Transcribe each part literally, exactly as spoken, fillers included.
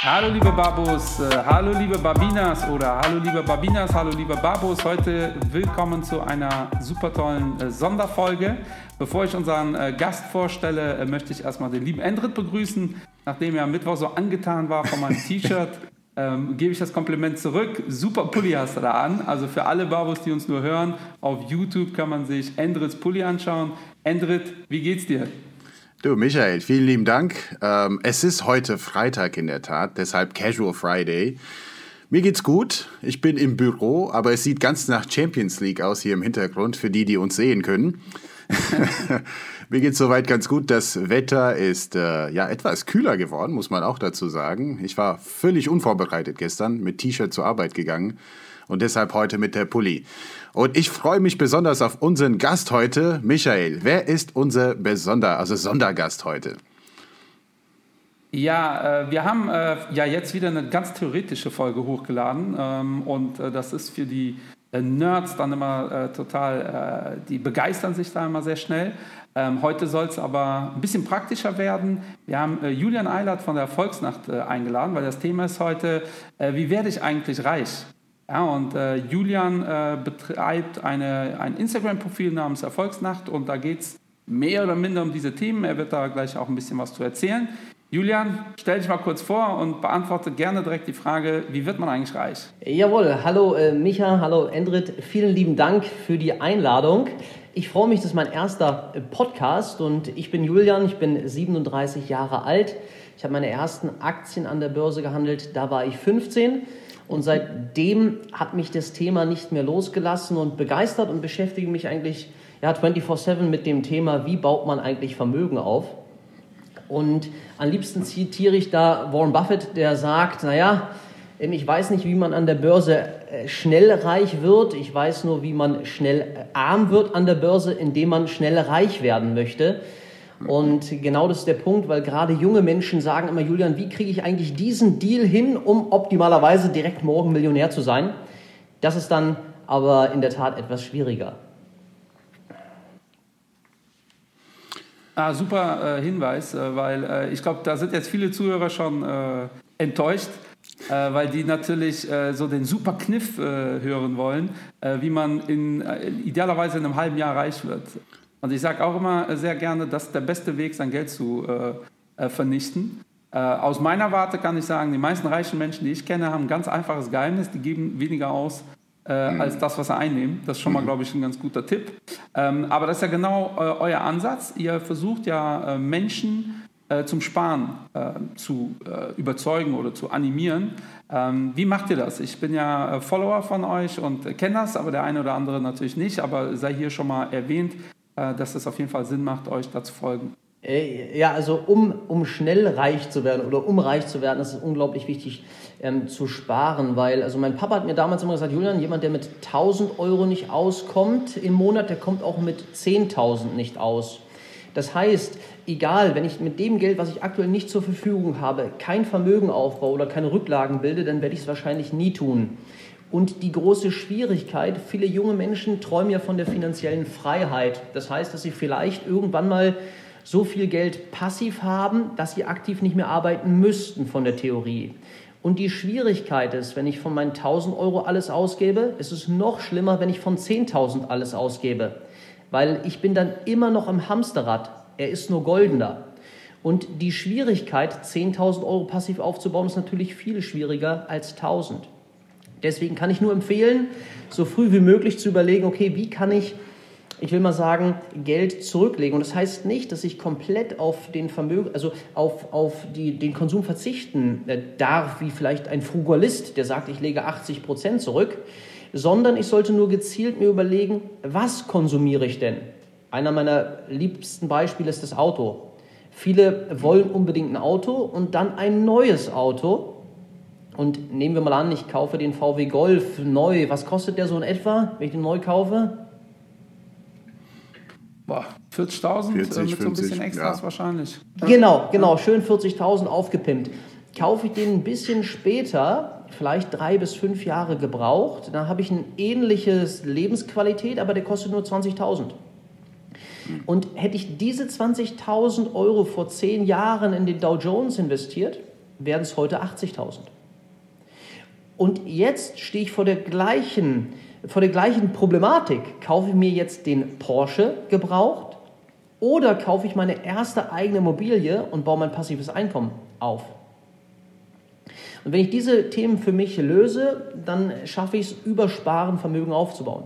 Hallo liebe Babos, äh, hallo liebe Babinas oder hallo liebe Babinas, hallo liebe Babos. Heute willkommen zu einer super tollen äh, Sonderfolge. Bevor ich unseren äh, Gast vorstelle, äh, möchte ich erstmal den lieben Endrit begrüßen. Nachdem er am Mittwoch so angetan war von meinem T-Shirt, ähm, gebe ich das Kompliment zurück. Super Pulli hast du da an. Also für alle Babos, die uns nur hören, auf YouTube kann man sich Endrits Pulli anschauen. Endrit, wie geht's dir? Du, Michael, vielen lieben Dank. Ähm, es ist heute Freitag in der Tat, deshalb Casual Friday. Mir geht's gut. Ich bin im Büro, aber es sieht ganz nach Champions League aus hier im Hintergrund, für die, die uns sehen können. Mir geht's soweit ganz gut. Das Wetter ist äh, ja etwas kühler geworden, muss man auch dazu sagen. Ich war völlig unvorbereitet gestern, mit T-Shirt zur Arbeit gegangen und deshalb heute mit der Pulli. Und ich freue mich besonders auf unseren Gast heute. Michael, wer ist unser besonder, also Sondergast heute? Ja, äh, wir haben äh, ja jetzt wieder eine ganz theoretische Folge hochgeladen ähm, und äh, das ist für die äh, Nerds dann immer äh, total, äh, die begeistern sich da immer sehr schnell. Ähm, heute soll es aber ein bisschen praktischer werden. Wir haben äh, Julian Eilert von der Erfolgsnacht äh, eingeladen, weil das Thema ist heute, äh, wie werde ich eigentlich reich? Ja, und äh, Julian äh, betreibt eine, ein Instagram-Profil namens Erfolgsnacht und da geht es mehr oder minder um diese Themen. Er wird da gleich auch ein bisschen was zu erzählen. Julian, stell dich mal kurz vor und beantworte gerne direkt die Frage, wie wird man eigentlich reich? Jawohl, hallo äh, Micha, hallo Endrit, vielen lieben Dank für die Einladung. Ich freue mich, das ist mein erster Podcast und ich bin Julian, ich bin siebenunddreißig Jahre alt. Ich habe meine ersten Aktien an der Börse gehandelt, da war ich fünfzehn. Und seitdem hat mich das Thema nicht mehr losgelassen und begeistert und beschäftige mich eigentlich ja, vierundzwanzig sieben mit dem Thema, wie baut man eigentlich Vermögen auf. Und am liebsten zitiere ich da Warren Buffett, der sagt, naja, ich weiß nicht, wie man an der Börse schnell reich wird, ich weiß nur, wie man schnell arm wird an der Börse, indem man schnell reich werden möchte. Und genau das ist der Punkt, weil gerade junge Menschen sagen immer, Julian, wie kriege ich eigentlich diesen Deal hin, um optimalerweise direkt morgen Millionär zu sein? Das ist dann aber in der Tat etwas schwieriger. Ah, super äh, Hinweis, äh, weil äh, ich glaube, da sind jetzt viele Zuhörer schon äh, enttäuscht, äh, weil die natürlich äh, so den super Kniff äh, hören wollen, äh, wie man in, äh, idealerweise in einem halben Jahr reich wird. Und ich sage auch immer sehr gerne, das ist der beste Weg, sein Geld zu äh, äh, vernichten. Äh, aus meiner Warte kann ich sagen, die meisten reichen Menschen, die ich kenne, haben ein ganz einfaches Geheimnis. Die geben weniger aus äh, mhm. als das, was sie einnehmen. Das ist schon mal, glaube ich, ein ganz guter Tipp. Ähm, aber das ist ja genau äh, euer Ansatz. Ihr versucht ja äh, Menschen äh, zum Sparen äh, zu äh, überzeugen oder zu animieren. Ähm, wie macht ihr das? Ich bin ja äh, Follower von euch und äh, kenne das, aber der eine oder andere natürlich nicht. Aber sei hier schon mal erwähnt, dass es auf jeden Fall Sinn macht, euch da zu folgen. Ja, also um, um schnell reich zu werden oder um reich zu werden, ist es unglaublich wichtig ähm, zu sparen, weil also mein Papa hat mir damals immer gesagt, Julian, jemand, der mit tausend Euro nicht auskommt im Monat, der kommt auch mit zehntausend nicht aus. Das heißt, egal, wenn ich mit dem Geld, was ich aktuell nicht zur Verfügung habe, kein Vermögen aufbaue oder keine Rücklagen bilde, dann werde ich es wahrscheinlich nie tun. Und die große Schwierigkeit, viele junge Menschen träumen ja von der finanziellen Freiheit. Das heißt, dass sie vielleicht irgendwann mal so viel Geld passiv haben, dass sie aktiv nicht mehr arbeiten müssten von der Theorie. Und die Schwierigkeit ist, wenn ich von meinen tausend Euro alles ausgebe, ist es noch schlimmer, wenn ich von zehntausend alles ausgebe. Weil ich bin dann immer noch im Hamsterrad. Er ist nur goldener. Und die Schwierigkeit, zehntausend Euro passiv aufzubauen, ist natürlich viel schwieriger als tausend. Deswegen kann ich nur empfehlen, so früh wie möglich zu überlegen, okay, wie kann ich, ich will mal sagen, Geld zurücklegen. Und das heißt nicht, dass ich komplett auf den Vermögen, also auf, auf die, den Konsum verzichten darf, wie vielleicht ein Frugalist, der sagt, ich lege achtzig Prozent zurück, sondern ich sollte nur gezielt mir überlegen, was konsumiere ich denn? Einer meiner liebsten Beispiele ist das Auto. Viele wollen unbedingt ein Auto und dann ein neues Auto. Und nehmen wir mal an, ich kaufe den V W Golf neu. Was kostet der so in etwa, wenn ich den neu kaufe? Boah, vierzigtausend vierzig, mit so ein bisschen fünfzig, Extras ja. wahrscheinlich. Genau, genau, schön vierzigtausend aufgepimpt. Kaufe ich den ein bisschen später, vielleicht drei bis fünf Jahre gebraucht, dann habe ich eine ähnliche Lebensqualität, aber der kostet nur zwanzigtausend. Und hätte ich diese zwanzigtausend Euro vor zehn Jahren in den Dow Jones investiert, werden es heute achtzigtausend. Und jetzt stehe ich vor der gleichen, vor der gleichen Problematik. Kaufe ich mir jetzt den Porsche gebraucht oder kaufe ich meine erste eigene Immobilie und baue mein passives Einkommen auf? Und wenn ich diese Themen für mich löse, dann schaffe ich es, über Sparen Vermögen aufzubauen.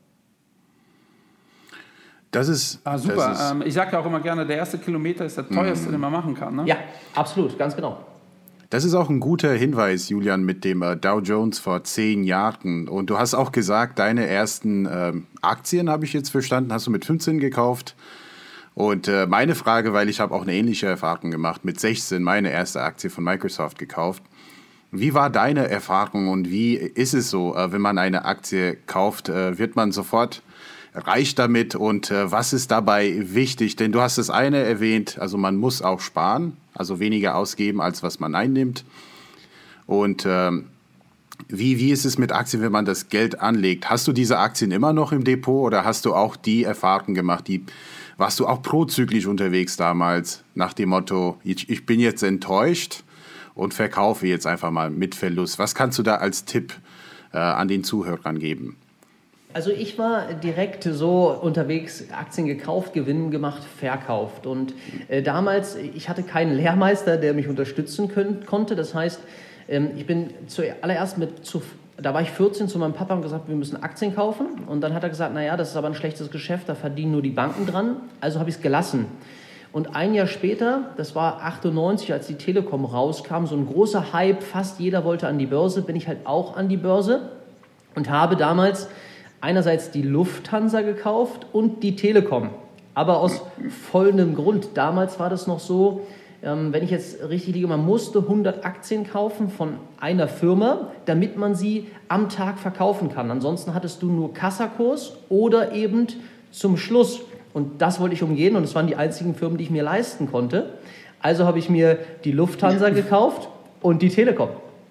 Das ist ah, super. Das ist, ähm, ich sage ja auch immer gerne, der erste Kilometer ist der teuerste, mm. den man machen kann. Ne? Ja, absolut, ganz genau. Das ist auch ein guter Hinweis, Julian, mit dem äh, Dow Jones vor zehn Jahren. Und du hast auch gesagt, deine ersten ähm, Aktien, habe ich jetzt verstanden, hast du mit fünfzehn gekauft. Und äh, meine Frage, weil ich habe auch eine ähnliche Erfahrung gemacht, mit sechzehn meine erste Aktie von Microsoft gekauft. Wie war deine Erfahrung und wie ist es so, äh, wenn man eine Aktie kauft, äh, wird man sofort reich damit und äh, was ist dabei wichtig? Denn du hast das eine erwähnt, also man muss auch sparen, also weniger ausgeben, als was man einnimmt. Und ähm, wie, wie ist es mit Aktien, wenn man das Geld anlegt? Hast du diese Aktien immer noch im Depot oder hast du auch die Erfahrung gemacht, die, warst du auch prozyklisch unterwegs damals, nach dem Motto, ich, ich bin jetzt enttäuscht und verkaufe jetzt einfach mal mit Verlust? Was kannst du da als Tipp äh, an den Zuhörern geben? Also ich war direkt so unterwegs, Aktien gekauft, Gewinn gemacht, verkauft. Und äh, damals, ich hatte keinen Lehrmeister, der mich unterstützen können, konnte. Das heißt, ähm, ich bin zuallererst mit, zu, da war ich vierzehn, zu meinem Papa und gesagt, wir müssen Aktien kaufen. Und dann hat er gesagt, naja, das ist aber ein schlechtes Geschäft, da verdienen nur die Banken dran. Also habe ich es gelassen. Und ein Jahr später, das war achtundneunzig, als die Telekom rauskam, so ein großer Hype, fast jeder wollte an die Börse, bin ich halt auch an die Börse und habe damals einerseits die Lufthansa gekauft und die Telekom. Aber aus folgendem Grund. Damals war das noch so, ähm, wenn ich jetzt richtig liege, man musste hundert Aktien kaufen von einer Firma, damit man sie am Tag verkaufen kann. Ansonsten hattest du nur Kassakurs oder eben zum Schluss. Und das wollte ich umgehen und es waren die einzigen Firmen, die ich mir leisten konnte. Also habe ich mir die Lufthansa gekauft und die Telekom.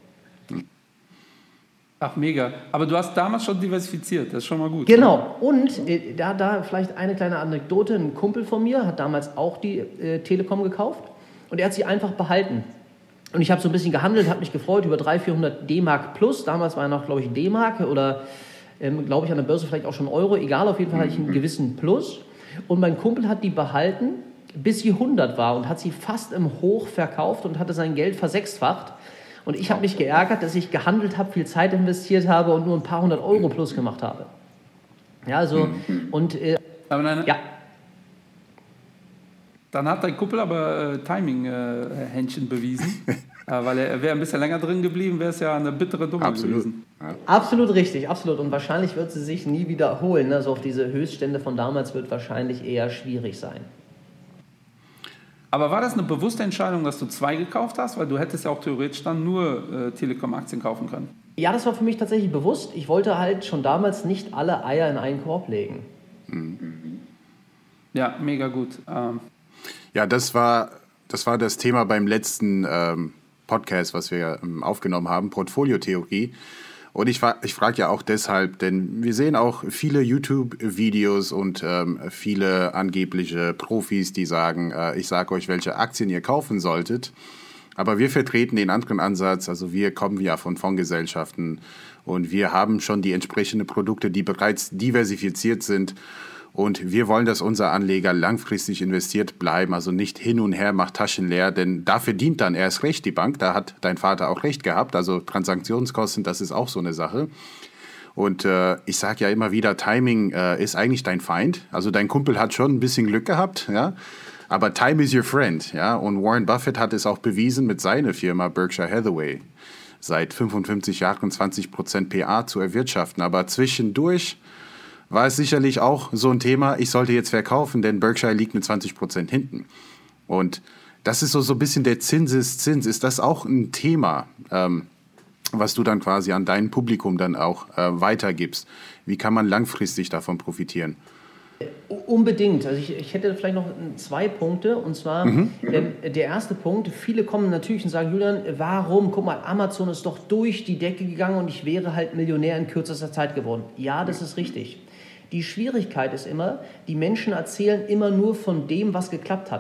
Ach, mega. Aber du hast damals schon diversifiziert, das ist schon mal gut. Genau. Und äh, da, da vielleicht eine kleine Anekdote. Ein Kumpel von mir hat damals auch die äh, Telekom gekauft und er hat sie einfach behalten. Und ich habe so ein bisschen gehandelt, habe mich gefreut über dreihundert, vierhundert D-Mark plus. Damals war ja noch, glaube ich, D-Mark oder, ähm, glaube ich, an der Börse vielleicht auch schon Euro. Egal, auf jeden Fall hatte ich einen gewissen Plus. Und mein Kumpel hat die behalten, bis sie hundert war und hat sie fast im Hoch verkauft und hatte sein Geld versechsfacht. Und ich habe mich geärgert, dass ich gehandelt habe, viel Zeit investiert habe und nur ein paar hundert Euro plus gemacht habe. Ja, also, und, äh, aber dann, ja. Dann hat dein Kumpel aber äh, Timing-Händchen äh, bewiesen, äh, weil er wäre ein bisschen länger drin geblieben, wäre es ja eine bittere Dumme absolut. gewesen. Ja. Absolut richtig, absolut. Und wahrscheinlich wird sie sich nie wiederholen. Also auf diese Höchststände von damals wird wahrscheinlich eher schwierig sein. Aber war das eine bewusste Entscheidung, dass du zwei gekauft hast? Weil du hättest ja auch theoretisch dann nur äh, Telekom-Aktien kaufen können. Ja, das war für mich tatsächlich bewusst. Ich wollte halt schon damals nicht alle Eier in einen Korb legen. Mhm. Ja, mega gut. Ähm. Ja, das war, das war das Thema beim letzten ähm, Podcast, was wir ähm, aufgenommen haben, Portfoliotheorie. Und ich, ich frage ja auch deshalb, denn wir sehen auch viele YouTube-Videos und ähm, viele angebliche Profis, die sagen, äh, ich sage euch, welche Aktien ihr kaufen solltet. Aber wir vertreten den anderen Ansatz, also wir kommen ja von Fondsgesellschaften und wir haben schon die entsprechenden Produkte, die bereits diversifiziert sind. Und wir wollen, dass unser Anleger langfristig investiert bleiben, also nicht hin und her, macht Taschen leer, denn da verdient dann erst recht die Bank. Da hat dein Vater auch recht gehabt, also Transaktionskosten, das ist auch so eine Sache. Und äh, ich sage ja immer wieder, Timing äh, ist eigentlich dein Feind. Also dein Kumpel hat schon ein bisschen Glück gehabt, ja, aber time is your friend, ja. Und Warren Buffett hat es auch bewiesen mit seiner Firma Berkshire Hathaway, seit fünfundfünfzig Jahren zwanzig Prozent P A zu erwirtschaften. Aber zwischendurch war es sicherlich auch so ein Thema, ich sollte jetzt verkaufen, denn Berkshire liegt mit zwanzig Prozent hinten. Und das ist so, so ein bisschen der Zinseszins. Ist das auch ein Thema, ähm, was du dann quasi an dein Publikum dann auch äh, weitergibst? Wie kann man langfristig davon profitieren? Unbedingt. Also ich, ich hätte vielleicht noch zwei Punkte. Und zwar mhm. ähm, der erste Punkt. Viele kommen natürlich und sagen, Julian, warum? Guck mal, Amazon ist doch durch die Decke gegangen und ich wäre halt Millionär in kürzester Zeit geworden. Ja, das ist richtig. Die Schwierigkeit ist immer, die Menschen erzählen immer nur von dem, was geklappt hat.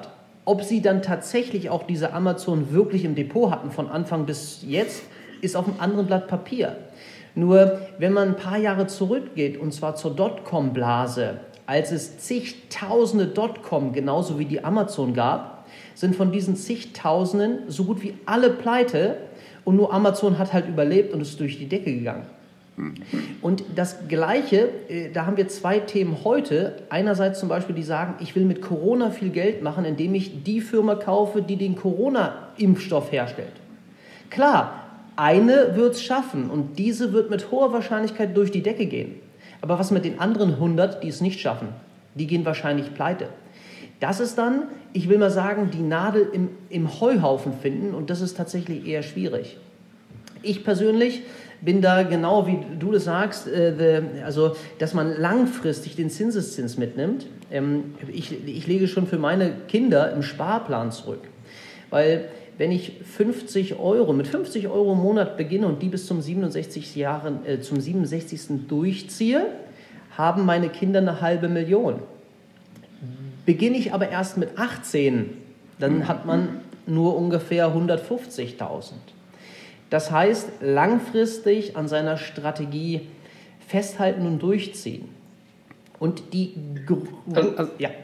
Ob sie dann tatsächlich auch diese Amazon wirklich im Depot hatten von Anfang bis jetzt, ist auf einem anderen Blatt Papier. Nur wenn man ein paar Jahre zurückgeht, und zwar zur Dotcom-Blase, als es zigtausende Dotcom genauso wie die Amazon gab, sind von diesen zigtausenden so gut wie alle pleite und nur Amazon hat halt überlebt und ist durch die Decke gegangen. Und das Gleiche, da haben wir zwei Themen heute. Einerseits zum Beispiel, die sagen, ich will mit Corona viel Geld machen, indem ich die Firma kaufe, die den Corona-Impfstoff herstellt. Klar, eine wird es schaffen und diese wird mit hoher Wahrscheinlichkeit durch die Decke gehen. Aber was mit den anderen hundert, die es nicht schaffen? Die gehen wahrscheinlich pleite. Das ist dann, ich will mal sagen, die Nadel im, im Heuhaufen finden und das ist tatsächlich eher schwierig. Ich persönlich bin da genau wie du das sagst, äh, the, also dass man langfristig den Zinseszins mitnimmt. Ähm, ich, ich lege schon für meine Kinder im Sparplan zurück, weil wenn ich fünfzig Euro, mit fünfzig Euro im Monat beginne und die bis zum siebenundsechzig Jahren, äh, zum siebenundsechzigsten durchziehe, haben meine Kinder eine halbe Million. Beginne ich aber erst mit achtzehn, dann hat man nur ungefähr hundertfünfzigtausend. Das heißt, langfristig an seiner Strategie festhalten und durchziehen. Und die... Gr- also, also, ja.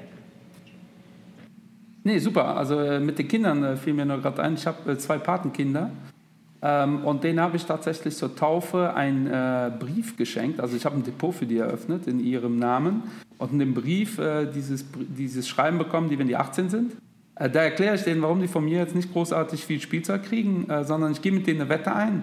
Nee, super. Also äh, mit den Kindern äh, fiel mir nur gerade ein. Ich habe äh, zwei Patenkinder ähm, und denen habe ich tatsächlich zur Taufe einen äh, Brief geschenkt. Also ich habe ein Depot für die eröffnet in ihrem Namen und in dem Brief äh, dieses, dieses Schreiben bekommen, die, wenn die achtzehn sind. Äh, da erkläre ich denen, warum die von mir jetzt nicht großartig viel Spielzeug kriegen, äh, sondern ich gehe mit denen eine Wette ein.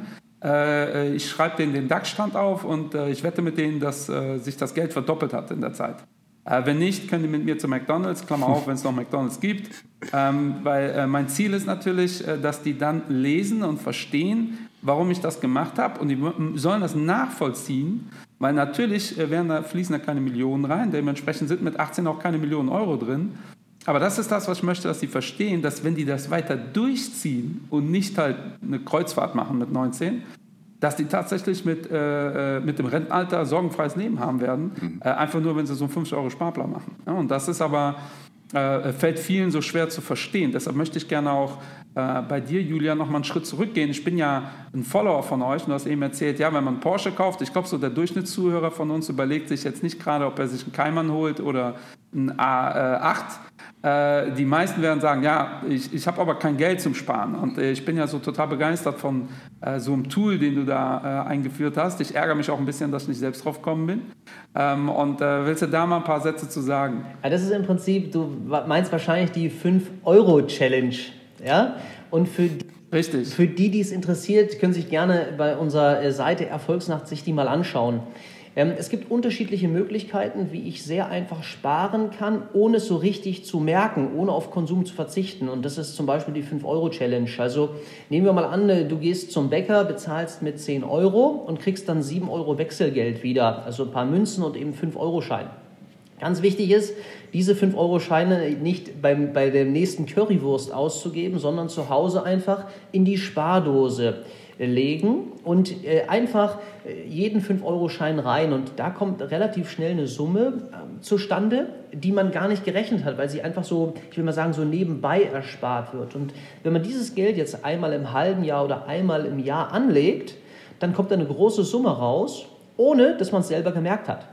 Äh, ich schreibe denen den DAX-Stand auf und äh, ich wette mit denen, dass äh, sich das Geld verdoppelt hat in der Zeit. Äh, wenn nicht, können die mit mir zu McDonald's, Klammer auf, wenn es noch McDonald's gibt. Ähm, weil äh, mein Ziel ist natürlich, äh, dass die dann lesen und verstehen, warum ich das gemacht habe. Und die sollen das nachvollziehen, weil natürlich äh, werden da, fließen da keine Millionen rein. Dementsprechend sind mit achtzehn auch keine Millionen Euro drin. Aber das ist das, was ich möchte, dass sie verstehen, dass wenn die das weiter durchziehen und nicht halt eine Kreuzfahrt machen mit neunzehn, dass die tatsächlich mit, äh, mit dem Rentenalter sorgenfreies Leben haben werden, mhm. äh, einfach nur, wenn sie so einen fünfzig Euro Sparplan machen. Ja, und das ist aber, äh, fällt vielen so schwer zu verstehen. Deshalb möchte ich gerne auch äh, bei dir, Julian, noch mal einen Schritt zurückgehen. Ich bin ja ein Follower von euch und du hast eben erzählt, ja, wenn man einen Porsche kauft, ich glaube, so der Durchschnittszuhörer von uns überlegt sich jetzt nicht gerade, ob er sich einen Cayman holt oder einen A acht. Äh, die meisten werden sagen, ja, ich, ich habe aber kein Geld zum Sparen. Und äh, ich bin ja so total begeistert von äh, so einem Tool, den du da äh, eingeführt hast. Ich ärgere mich auch ein bisschen, dass ich nicht selbst drauf gekommen bin. Ähm, und äh, willst du da mal ein paar Sätze zu sagen? Ja, das ist im Prinzip, du meinst wahrscheinlich die fünf Euro Challenge. Ja? Und für die, Richtig. Für die, die es interessiert, können sich gerne bei unserer Seite Erfolgsnacht sich die mal anschauen. Ähm, es gibt unterschiedliche Möglichkeiten, wie ich sehr einfach sparen kann, ohne es so richtig zu merken, ohne auf Konsum zu verzichten. Und das ist zum Beispiel die fünf Euro Challenge. Also nehmen wir mal an, du gehst zum Bäcker, bezahlst mit zehn Euro und kriegst dann sieben Euro Wechselgeld wieder. Also ein paar Münzen und eben fünf Euro Schein. Ganz wichtig ist, diese fünf Euro Scheine nicht beim, bei der nächsten Currywurst auszugeben, sondern zu Hause einfach in die Spardose legen und äh, einfach äh, jeden fünf Euro Schein rein. Und da kommt relativ schnell eine Summe äh, zustande, die man gar nicht gerechnet hat, weil sie einfach so, ich will mal sagen, so nebenbei erspart wird. Und wenn man dieses Geld jetzt einmal im halben Jahr oder einmal im Jahr anlegt, dann kommt da eine große Summe raus, ohne dass man es selber gemerkt hat.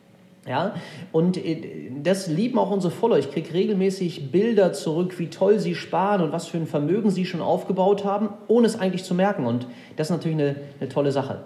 Ja, und das lieben auch unsere Follower. Ich kriege regelmäßig Bilder zurück, wie toll sie sparen und was für ein Vermögen sie schon aufgebaut haben, ohne es eigentlich zu merken. Und das ist natürlich eine, eine tolle Sache.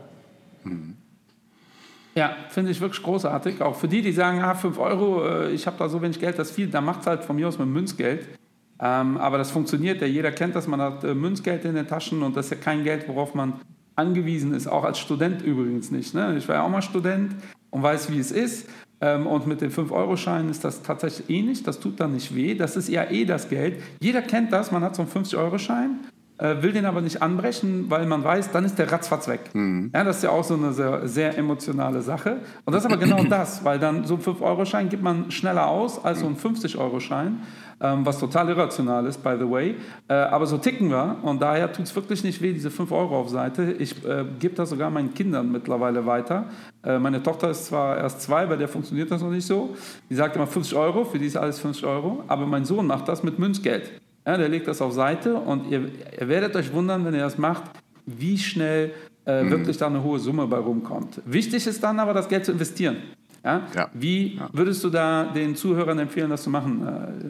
Ja, finde ich wirklich großartig. Auch für die, die sagen, ah, fünf Euro, ich habe da so wenig Geld, das ist viel, da macht es halt von mir aus mit Münzgeld. Ähm, aber das funktioniert ja, jeder kennt das, man hat äh, Münzgeld in den Taschen und das ist ja kein Geld, worauf man angewiesen ist, auch als Student übrigens nicht. Ne? Ich war ja auch mal Student und weiß, wie es ist. Und mit den fünf Euro Scheinen ist das tatsächlich ähnlich, das tut dann nicht weh, das ist ja eh das Geld. Jeder kennt das, man hat so einen fünfzig Euro Schein, äh, will den aber nicht anbrechen, weil man weiß, dann ist der ratzfatz weg. Mhm. Ja, das ist ja auch so eine sehr, sehr emotionale Sache. Und das ist aber genau das, weil dann so einen fünf Euro Schein gibt man schneller aus als so einen fünfzig Euro Schein. ähm, was total irrational ist, by the way. Äh, aber so ticken wir und daher tut es wirklich nicht weh, diese fünf Euro auf Seite. Ich äh, gebe das sogar meinen Kindern mittlerweile weiter. Äh, meine Tochter ist zwar erst zwei, bei der funktioniert das noch nicht so. Die sagt immer fünfzig Euro, für die ist alles fünfzig Euro. Aber mein Sohn macht das mit Münzgeld. Ja, der legt das auf Seite und ihr, ihr werdet euch wundern, wenn ihr das macht, wie schnell äh, mhm. wirklich da eine hohe Summe bei rumkommt. Wichtig ist dann aber, das Geld zu investieren. Ja? Ja. Wie ja. würdest du da den Zuhörern empfehlen, das zu machen?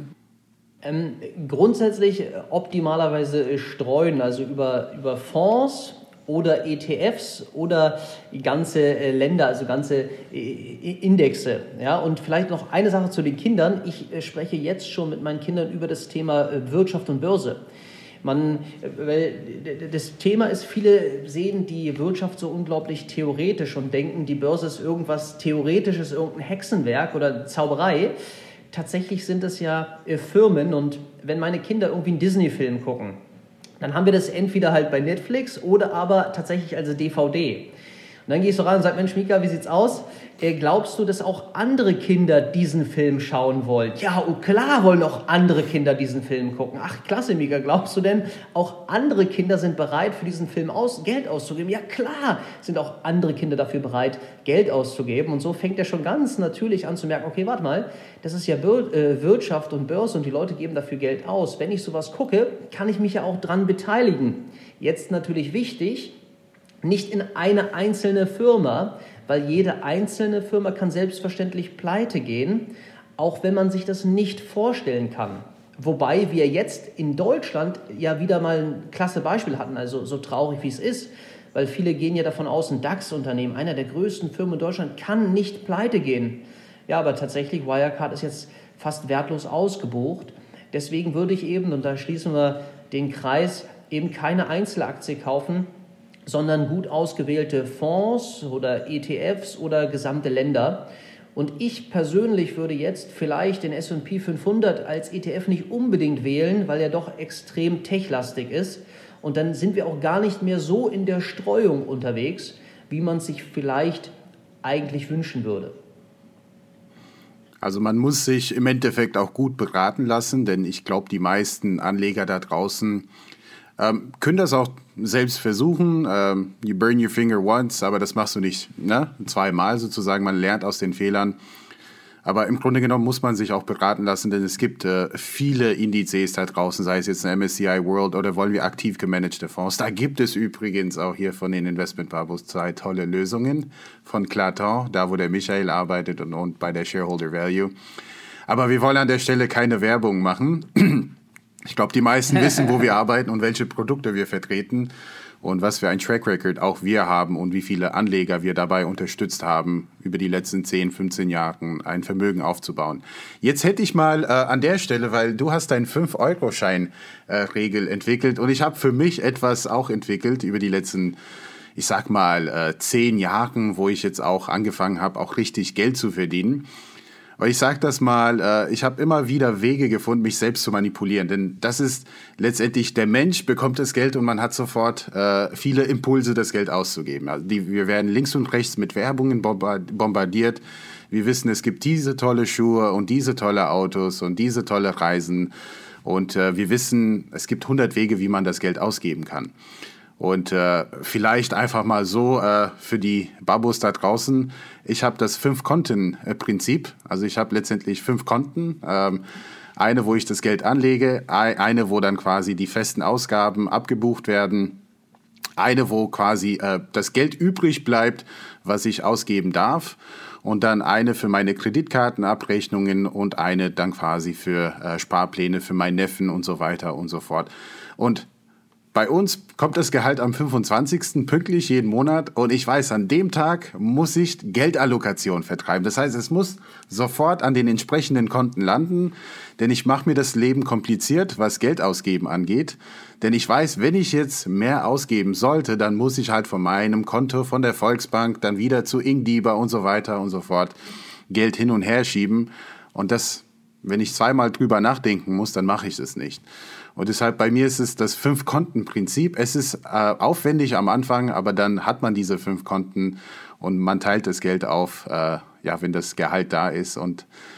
Ähm, grundsätzlich optimalerweise streuen, also über, über Fonds oder E T Fs oder ganze äh, Länder, also ganze äh, Indexe. Ja? Und vielleicht noch eine Sache zu den Kindern. Ich äh, spreche jetzt schon mit meinen Kindern über das Thema äh, Wirtschaft und Börse. Man, weil das Thema ist, viele sehen die Wirtschaft so unglaublich theoretisch und denken, die Börse ist irgendwas Theoretisches, irgendein Hexenwerk oder Zauberei. Tatsächlich sind es ja Firmen und wenn meine Kinder irgendwie einen Disney-Film gucken, dann haben wir das entweder halt bei Netflix oder aber tatsächlich als D V D. Und dann gehst du ran und sagst, Mensch Mika, wie sieht's aus? Glaubst du, dass auch andere Kinder diesen Film schauen wollen? Ja, oh, klar wollen auch andere Kinder diesen Film gucken. Ach, klasse, Mika. Glaubst du denn, auch andere Kinder sind bereit, für diesen Film aus, Geld auszugeben? Ja, klar sind auch andere Kinder dafür bereit, Geld auszugeben. Und so fängt er schon ganz natürlich an zu merken, okay, warte mal, das ist ja Wirtschaft und Börse und die Leute geben dafür Geld aus. Wenn ich sowas gucke, kann ich mich ja auch dran beteiligen. Jetzt natürlich wichtig, nicht in eine einzelne Firma, weil jede einzelne Firma kann selbstverständlich pleite gehen, auch wenn man sich das nicht vorstellen kann. Wobei wir jetzt in Deutschland ja wieder mal ein klasse Beispiel hatten, also so traurig wie es ist, weil viele gehen ja davon aus, ein DAX-Unternehmen, einer der größten Firmen in Deutschland, kann nicht pleite gehen. Ja, aber tatsächlich, Wirecard ist jetzt fast wertlos ausgebucht. Deswegen würde ich eben, und da schließen wir den Kreis, eben keine Einzelaktie kaufen, sondern gut ausgewählte Fonds oder E T Fs oder gesamte Länder. Und ich persönlich würde jetzt vielleicht den S und P fünfhundert als E T F nicht unbedingt wählen, weil er doch extrem techlastig ist. Und dann sind wir auch gar nicht mehr so in der Streuung unterwegs, wie man es sich vielleicht eigentlich wünschen würde. Also man muss sich im Endeffekt auch gut beraten lassen, denn ich glaube, die meisten Anleger da draußen Ähm, können das auch selbst versuchen. Ähm, you burn your finger once, aber das machst du nicht ne? zweimal sozusagen. Man lernt aus den Fehlern. Aber im Grunde genommen muss man sich auch beraten lassen, denn es gibt äh, viele Indizes da draußen, sei es jetzt eine M S C I World oder wollen wir aktiv gemanagte Fonds. Da gibt es übrigens auch hier von den Investment-Babos zwei tolle Lösungen von Claton, da wo der Michael arbeitet und, und bei der Shareholder Value. Aber wir wollen an der Stelle keine Werbung machen. Ich glaube, die meisten wissen, wo wir arbeiten und welche Produkte wir vertreten und was für ein Track Record auch wir haben und wie viele Anleger wir dabei unterstützt haben, über die letzten zehn, fünfzehn Jahre ein Vermögen aufzubauen. Jetzt hätte ich mal äh, an der Stelle, weil du hast deinen fünf Euro Schein Regel äh, entwickelt und ich habe für mich etwas auch entwickelt über die letzten, ich sag mal, äh, zehn Jahren, wo ich jetzt auch angefangen habe, auch richtig Geld zu verdienen. Aber ich sage das mal, äh, ich habe immer wieder Wege gefunden, mich selbst zu manipulieren. Denn das ist letztendlich, der Mensch bekommt das Geld und man hat sofort äh, viele Impulse, das Geld auszugeben. Also die, wir werden links und rechts mit Werbungen bombardiert. Wir wissen, es gibt diese tolle Schuhe und diese tolle Autos und diese tolle Reisen. Und äh, wir wissen, es gibt hundert Wege, wie man das Geld ausgeben kann. Und äh, vielleicht einfach mal so äh, für die Babos da draußen, ich habe das Fünf-Konten-Prinzip. Also ich habe letztendlich fünf Konten. Ähm, eine, wo ich das Geld anlege, eine, wo dann quasi die festen Ausgaben abgebucht werden, eine, wo quasi äh, das Geld übrig bleibt, was ich ausgeben darf, und dann eine für meine Kreditkartenabrechnungen und eine dann quasi für äh, Sparpläne für meinen Neffen und so weiter und so fort. Und bei uns kommt das Gehalt am fünfundzwanzigsten pünktlich jeden Monat und ich weiß, an dem Tag muss ich Geldallokation vertreiben. Das heißt, es muss sofort an den entsprechenden Konten landen, denn ich mache mir das Leben kompliziert, was Geld ausgeben angeht. Denn ich weiß, wenn ich jetzt mehr ausgeben sollte, dann muss ich halt von meinem Konto von der Volksbank dann wieder zu Ingdieber und so weiter und so fort Geld hin und her schieben. Und das, wenn ich zweimal drüber nachdenken muss, dann mache ich das nicht. Und deshalb bei mir ist es das Fünf-Konten-Prinzip. Es ist äh, aufwendig am Anfang, aber dann hat man diese fünf Konten und man teilt das Geld auf, äh, ja, wenn das Gehalt da ist. Und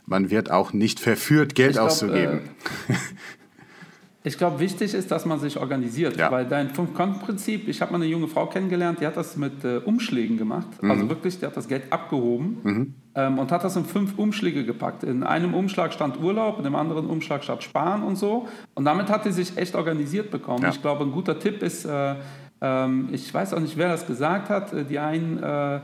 man wird auch nicht verführt, Geld glaub, auszugeben. Äh, ich glaube, wichtig ist, dass man sich organisiert, ja. weil dein Fünf-Konten-Prinzip, ich habe mal eine junge Frau kennengelernt, die hat das mit äh, Umschlägen gemacht, mhm. also wirklich, die hat das Geld abgehoben mhm. ähm, und hat das in fünf Umschläge gepackt. In einem Umschlag stand Urlaub, in dem anderen Umschlag stand Sparen und so, und damit hat sie sich echt organisiert bekommen. Ja. Ich glaube, ein guter Tipp ist, äh, ähm, ich weiß auch nicht, wer das gesagt hat, die einen äh,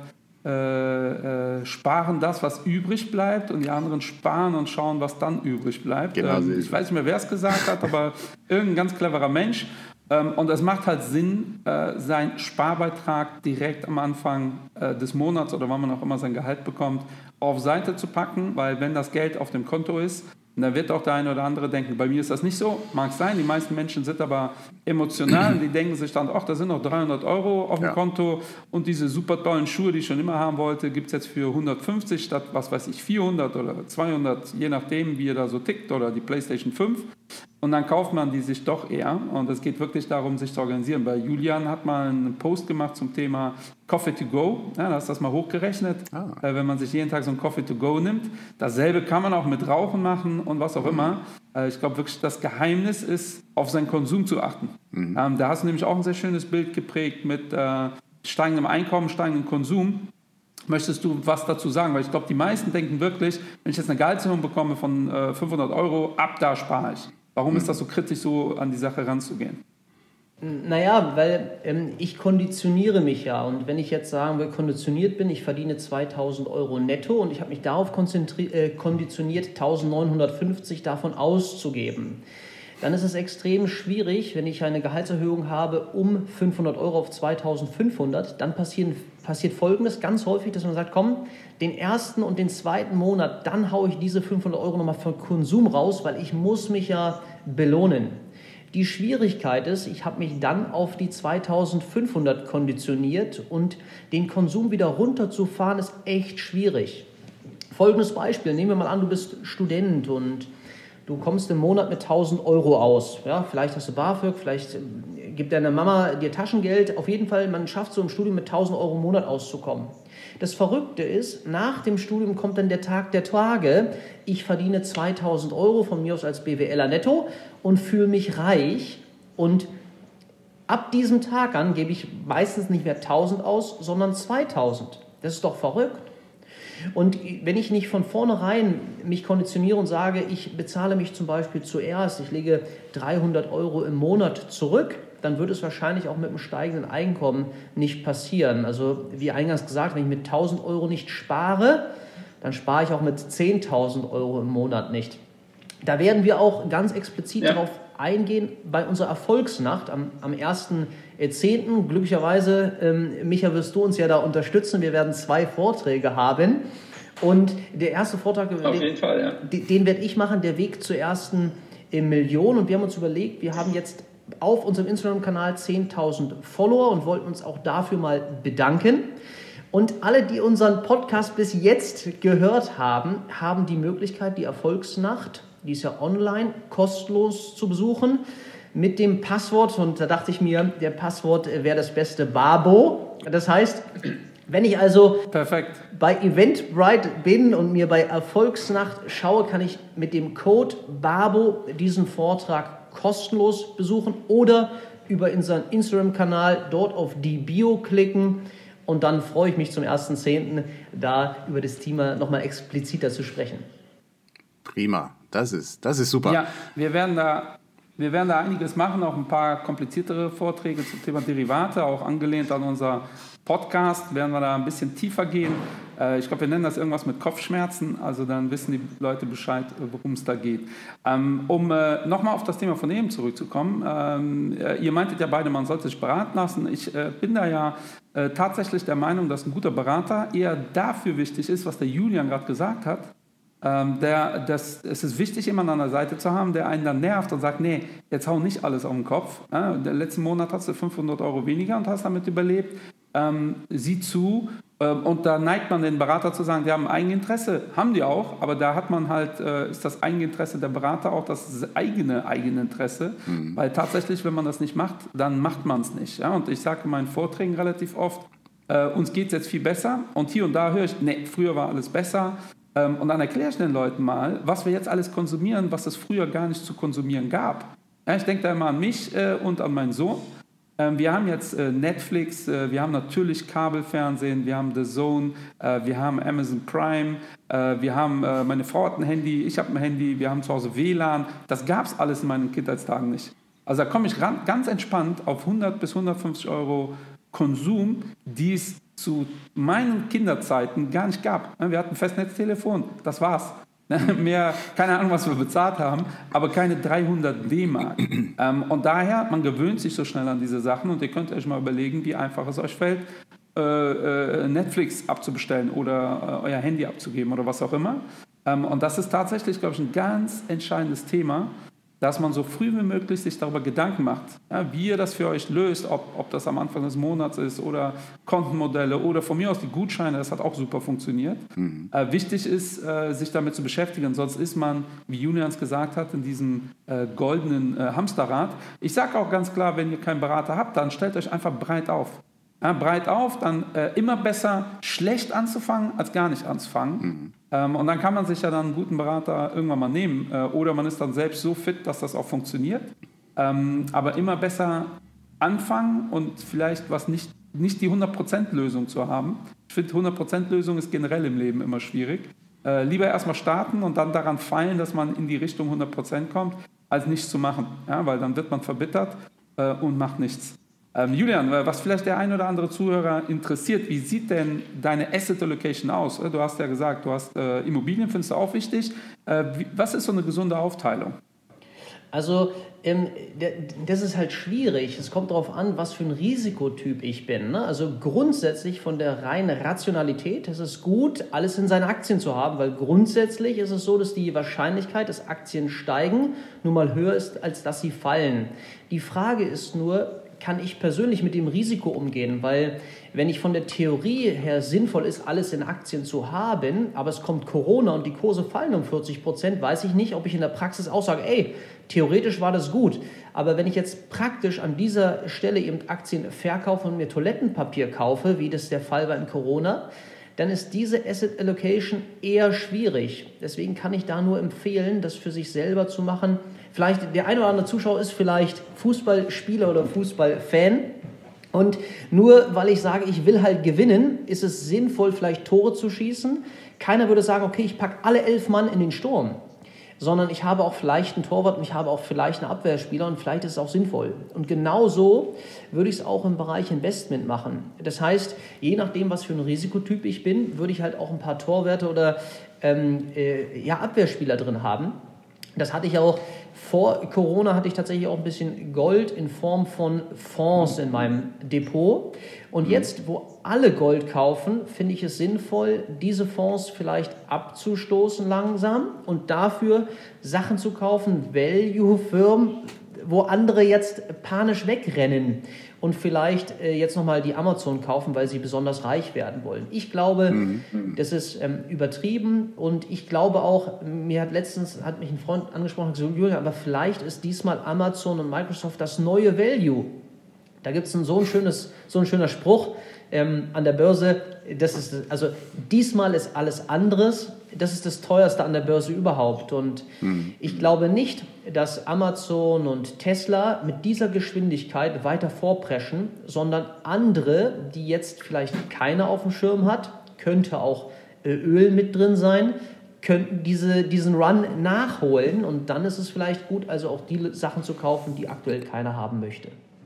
Äh, äh, sparen das, was übrig bleibt, und die anderen sparen und schauen, was dann übrig bleibt. Genau, ähm, ich weiß nicht mehr, wer es gesagt hat, aber irgendein ganz cleverer Mensch. Ähm, und es macht halt Sinn, äh, seinen Sparbeitrag direkt am Anfang äh, des Monats oder wann man auch immer sein Gehalt bekommt, auf Seite zu packen, weil wenn das Geld auf dem Konto ist, da wird auch der eine oder andere denken, bei mir ist das nicht so, mag sein, die meisten Menschen sind aber emotional, die denken sich dann, ach, da sind noch dreihundert Euro auf dem ja. Konto, und diese super tollen Schuhe, die ich schon immer haben wollte, gibt es jetzt für hundertfünfzig statt, was weiß ich, vierhundert oder zweihundert, je nachdem, wie ihr da so tickt, oder die PlayStation fünf. Und dann kauft man die sich doch eher. Und es geht wirklich darum, sich zu organisieren. Bei Julian hat mal einen Post gemacht zum Thema Coffee to go. Ja, da hast du das mal hochgerechnet, ah. äh, wenn man sich jeden Tag so ein Coffee to go nimmt. Dasselbe kann man auch mit Rauchen machen und was auch mhm. immer. Äh, ich glaube wirklich, das Geheimnis ist, auf seinen Konsum zu achten. Mhm. Ähm, da hast du nämlich auch ein sehr schönes Bild geprägt mit äh, steigendem Einkommen, steigendem Konsum. Möchtest du was dazu sagen? Weil ich glaube, die meisten denken wirklich, wenn ich jetzt eine Gehaltserhöhung bekomme von äh, fünfhundert Euro, ab da spare ich. Warum ist das so kritisch, so an die Sache ranzugehen? Naja, weil ähm, ich konditioniere mich ja. Und wenn ich jetzt sagen will, konditioniert bin, ich verdiene zweitausend Euro netto und ich habe mich darauf konzentri- äh, konditioniert, eintausendneunhundertfünfzig davon auszugeben, dann ist es extrem schwierig, wenn ich eine Gehaltserhöhung habe um fünfhundert Euro auf zweitausendfünfhundert, dann passieren, passiert Folgendes ganz häufig, dass man sagt, komm, den ersten und den zweiten Monat, dann haue ich diese fünfhundert Euro nochmal für Konsum raus, weil ich muss mich ja belohnen. Die Schwierigkeit ist, ich habe mich dann auf die zweitausendfünfhundert konditioniert und den Konsum wieder runterzufahren ist echt schwierig. Folgendes Beispiel, nehmen wir mal an, du bist Student und du kommst im Monat mit tausend Euro aus. Ja, vielleicht hast du BAföG, vielleicht gibt deine Mama dir Taschengeld. Auf jeden Fall, man schafft so im Studium mit tausend Euro im Monat auszukommen. Das Verrückte ist, nach dem Studium kommt dann der Tag der Tage. Ich verdiene zweitausend Euro von mir aus als BWLer netto und fühle mich reich. Und ab diesem Tag an gebe ich meistens nicht mehr tausend aus, sondern zweitausend. Das ist doch verrückt. Und wenn ich nicht von vornherein mich konditioniere und sage, ich bezahle mich zum Beispiel zuerst, ich lege dreihundert Euro im Monat zurück, dann wird es wahrscheinlich auch mit dem steigenden Einkommen nicht passieren. Also wie eingangs gesagt, wenn ich mit tausend Euro nicht spare, dann spare ich auch mit zehntausend Euro im Monat nicht. Da werden wir auch ganz explizit ja. darauf eingehen bei unserer Erfolgsnacht am, am ersten zehnten Glücklicherweise, ähm, Micha, wirst du uns ja da unterstützen. Wir werden zwei Vorträge haben. Und der erste Vortrag, Auf den, jeden Fall, ja. den, den werde ich machen, der Weg zur ersten Million. Und wir haben uns überlegt, wir haben jetzt auf unserem Instagram-Kanal zehntausend Follower und wollten uns auch dafür mal bedanken. Und alle, die unseren Podcast bis jetzt gehört haben, haben die Möglichkeit, die Erfolgsnacht, die ist ja online, kostenlos zu besuchen, mit dem Passwort, und da dachte ich mir, der Passwort wäre das beste Babo. Das heißt, wenn ich also Perfekt. bei Eventbrite bin und mir bei Erfolgsnacht schaue, kann ich mit dem Code Babo diesen Vortrag kostenlos besuchen oder über unseren Instagram-Kanal dort auf die Bio klicken. Und dann freue ich mich zum ersten zehnten da über das Thema nochmal expliziter zu sprechen. Prima, das ist, das ist super. Ja, wir werden da, wir werden da einiges machen, auch ein paar kompliziertere Vorträge zum Thema Derivate, auch angelehnt an unser Podcast, werden wir da ein bisschen tiefer gehen. Ich glaube, wir nennen das irgendwas mit Kopfschmerzen, also dann wissen die Leute Bescheid, worum es da geht. Um nochmal auf das Thema von eben zurückzukommen, ihr meintet ja beide, man sollte sich beraten lassen. Ich bin da ja tatsächlich der Meinung, dass ein guter Berater eher dafür wichtig ist, was der Julian gerade gesagt hat. Ähm, der, das, es ist wichtig, jemanden an der Seite zu haben, der einen dann nervt und sagt, nee, jetzt hau nicht alles auf den Kopf. Ja, den letzten Monat hast du fünfhundert Euro weniger und hast damit überlebt. Ähm, sieh zu. Ähm, und da neigt man den Berater zu sagen, die haben Eigeninteresse. Haben die auch, aber da hat man halt, äh, ist das Eigeninteresse der Berater auch das eigene Eigeninteresse. Mhm. Weil tatsächlich, wenn man das nicht macht, dann macht man es nicht. Ja? Und ich sage in meinen Vorträgen relativ oft, äh, uns geht es jetzt viel besser. Und hier und da höre ich, nee, früher war alles besser. Ähm, und dann erkläre ich den Leuten mal, was wir jetzt alles konsumieren, was es früher gar nicht zu konsumieren gab. Ja, ich denke da immer an mich äh, und an meinen Sohn. Ähm, wir haben jetzt äh, Netflix, äh, wir haben natürlich Kabelfernsehen, wir haben The Zone, äh, wir haben Amazon Prime, äh, wir haben, äh, meine Frau hat ein Handy, ich habe ein Handy, wir haben zu Hause W L A N. Das gab es alles in meinen Kindheitstagen nicht. Also da komme ich ran, ganz entspannt auf hundert bis hundertfünfzig Euro Konsum, die es zu meinen Kinderzeiten gar nicht gab. Wir hatten ein Festnetztelefon, das war's. Mehr, keine Ahnung, was wir bezahlt haben, aber keine dreihundert D-Mark. Ähm, und daher, man gewöhnt sich so schnell an diese Sachen und ihr könnt euch mal überlegen, wie einfach es euch fällt, äh, äh, Netflix abzubestellen oder äh, euer Handy abzugeben oder was auch immer. Ähm, und das ist tatsächlich, glaube ich, ein ganz entscheidendes Thema, dass man so früh wie möglich sich darüber Gedanken macht, ja, wie ihr das für euch löst, ob, ob das am Anfang des Monats ist oder Kontenmodelle oder von mir aus die Gutscheine, das hat auch super funktioniert. Mhm. Äh, wichtig ist, äh, sich damit zu beschäftigen, sonst ist man, wie Julian es gesagt hat, in diesem äh, goldenen äh, Hamsterrad. Ich sage auch ganz klar, wenn ihr keinen Berater habt, dann stellt euch einfach breit auf. Ja, breit auf, dann äh, immer besser schlecht anzufangen, als gar nicht anzufangen. Mhm. Ähm, und dann kann man sich ja dann einen guten Berater irgendwann mal nehmen. Äh, oder man ist dann selbst so fit, dass das auch funktioniert. Ähm, aber immer besser anfangen und vielleicht was nicht, nicht die hundert Prozent Lösung zu haben. Ich finde, hundert Prozent Lösung ist generell im Leben immer schwierig. Äh, lieber erstmal starten und dann daran feilen, dass man in die Richtung hundert Prozent kommt, als nichts zu machen. Ja, weil dann wird man verbittert äh, und macht nichts. Ähm, Julian, was vielleicht der ein oder andere Zuhörer interessiert, wie sieht denn deine Asset Allocation aus? Du hast ja gesagt, du hast äh, Immobilien, findest du auch wichtig. Äh, wie, was ist so eine gesunde Aufteilung? Also ähm, das ist halt schwierig. Es kommt darauf an, was für ein Risikotyp ich bin. Ne? Also grundsätzlich von der reinen Rationalität ist es gut, alles in seinen Aktien zu haben, weil grundsätzlich ist es so, dass die Wahrscheinlichkeit, dass Aktien steigen, nun mal höher ist, als dass sie fallen. Die Frage ist nur, kann ich persönlich mit dem Risiko umgehen, weil wenn ich von der Theorie her sinnvoll ist, alles in Aktien zu haben, aber es kommt Corona und die Kurse fallen um vierzig Prozent, weiß ich nicht, ob ich in der Praxis auch sage, ey, theoretisch war das gut, aber wenn ich jetzt praktisch an dieser Stelle eben Aktien verkaufe und mir Toilettenpapier kaufe, wie das der Fall war in Corona, dann ist diese Asset Allocation eher schwierig. Deswegen kann ich da nur empfehlen, das für sich selber zu machen. Vielleicht der eine oder andere Zuschauer ist vielleicht Fußballspieler oder Fußballfan. Und nur weil ich sage, ich will halt gewinnen, ist es sinnvoll, vielleicht Tore zu schießen. Keiner würde sagen, okay, ich packe alle elf Mann in den Sturm. Sondern ich habe auch vielleicht einen Torwart und ich habe auch vielleicht einen Abwehrspieler und vielleicht ist es auch sinnvoll. Und genauso würde ich es auch im Bereich Investment machen. Das heißt, je nachdem, was für ein Risikotyp ich bin, würde ich halt auch ein paar Torwerte oder ähm, äh, ja, Abwehrspieler drin haben. Das hatte ich auch vor Corona, hatte ich tatsächlich auch ein bisschen Gold in Form von Fonds in meinem Depot. Und jetzt, wo alle Gold kaufen, finde ich es sinnvoll, diese Fonds vielleicht abzustoßen langsam und dafür Sachen zu kaufen, Value-Firmen, wo andere jetzt panisch wegrennen und vielleicht äh, jetzt nochmal die Amazon kaufen, weil sie besonders reich werden wollen. Ich glaube, mhm. das ist ähm, übertrieben und ich glaube auch, mir hat letztens, hat mich ein Freund angesprochen, gesagt, Julian, aber vielleicht ist diesmal Amazon und Microsoft das neue Value. Da gibt es so ein schönes, so ein schöner Spruch ähm, an der Börse, das ist, also diesmal ist alles anderes, das ist das teuerste an der Börse überhaupt und mhm. ich glaube nicht, dass Amazon und Tesla mit dieser Geschwindigkeit weiter vorpreschen, sondern andere, die jetzt vielleicht keiner auf dem Schirm hat, könnte auch äh, Öl mit drin sein, könnten diese, diesen Run nachholen und dann ist es vielleicht gut, also auch die Sachen zu kaufen, die aktuell keiner haben möchte.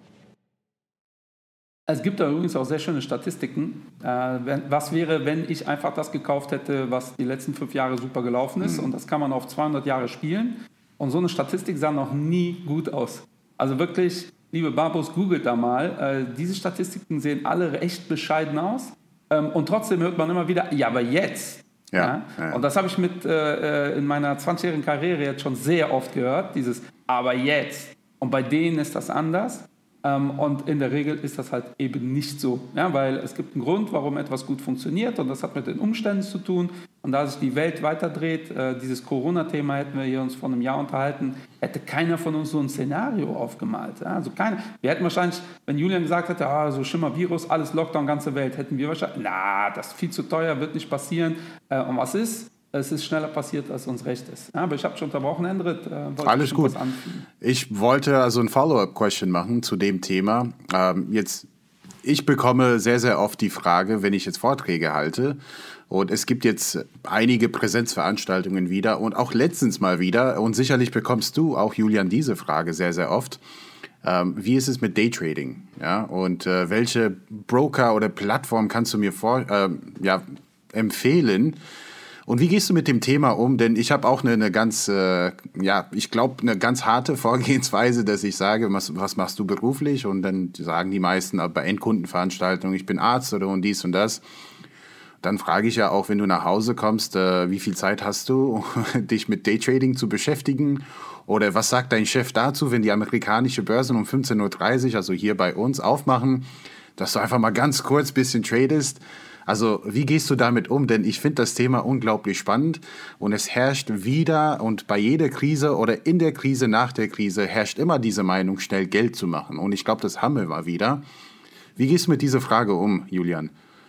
Es gibt da übrigens auch sehr schöne Statistiken. Äh, was wäre, wenn ich einfach das gekauft hätte, was die letzten fünf Jahre super gelaufen ist? Mhm. Und das kann man auf zweihundert Jahre spielen. Und so eine Statistik sah noch nie gut aus. Also wirklich, liebe Babos, googelt da mal. Äh, diese Statistiken sehen alle echt bescheiden aus. Ähm, und trotzdem hört man immer wieder, ja, aber jetzt. Ja, ja? Ja. Und das habe ich mit äh, in meiner zwanzigjährigen Karriere jetzt schon sehr oft gehört. Dieses, aber jetzt. Und bei denen ist das anders. Und in der Regel ist das halt eben nicht so, ja, weil es gibt einen Grund, warum etwas gut funktioniert und das hat mit den Umständen zu tun. Und da sich die Welt weiterdreht, äh, dieses Corona-Thema hätten wir hier uns vor einem Jahr unterhalten, hätte keiner von uns so ein Szenario aufgemalt. Ja, also keiner. Wir hätten wahrscheinlich, wenn Julian gesagt hätte, ah, so Schimmer-Virus, alles Lockdown, ganze Welt, hätten wir wahrscheinlich, na, das ist viel zu teuer, wird nicht passieren. Äh, und was ist? es ist schneller passiert, als uns recht ist. Ja, aber ich habe schon unterbrochen, Endrit. Äh, Alles gut. Ich wollte also ein Follow-up-Question machen zu dem Thema. Ähm, jetzt, ich bekomme sehr, sehr oft die Frage, wenn ich jetzt Vorträge halte, und es gibt jetzt einige Präsenzveranstaltungen wieder und auch letztens mal wieder, und sicherlich bekommst du auch, Julian, diese Frage sehr, sehr oft. Ähm, wie ist es mit Daytrading? Ja, und äh, welche Broker oder Plattform kannst du mir vor, äh, ja, empfehlen? Und wie gehst du mit dem Thema um? Denn ich habe auch eine, eine ganz, äh, ja, ich glaube, eine ganz harte Vorgehensweise, dass ich sage, was, was machst du beruflich? Und dann sagen die meisten bei Endkundenveranstaltungen, ich bin Arzt oder und dies und das. Dann frage ich ja auch, wenn du nach Hause kommst, äh, wie viel Zeit hast du, dich mit Daytrading zu beschäftigen? Oder was sagt dein Chef dazu, wenn die amerikanische Börsen um fünfzehn Uhr dreißig, also hier bei uns, aufmachen, dass du einfach mal ganz kurz ein bisschen tradest? Also wie gehst du damit um? Denn ich finde das Thema unglaublich spannend und es herrscht wieder und bei jeder Krise oder in der Krise, nach der Krise herrscht immer diese Meinung, schnell Geld zu machen. Und ich glaube, das haben wir mal wieder. Wie gehst du mit dieser Frage um, Julian?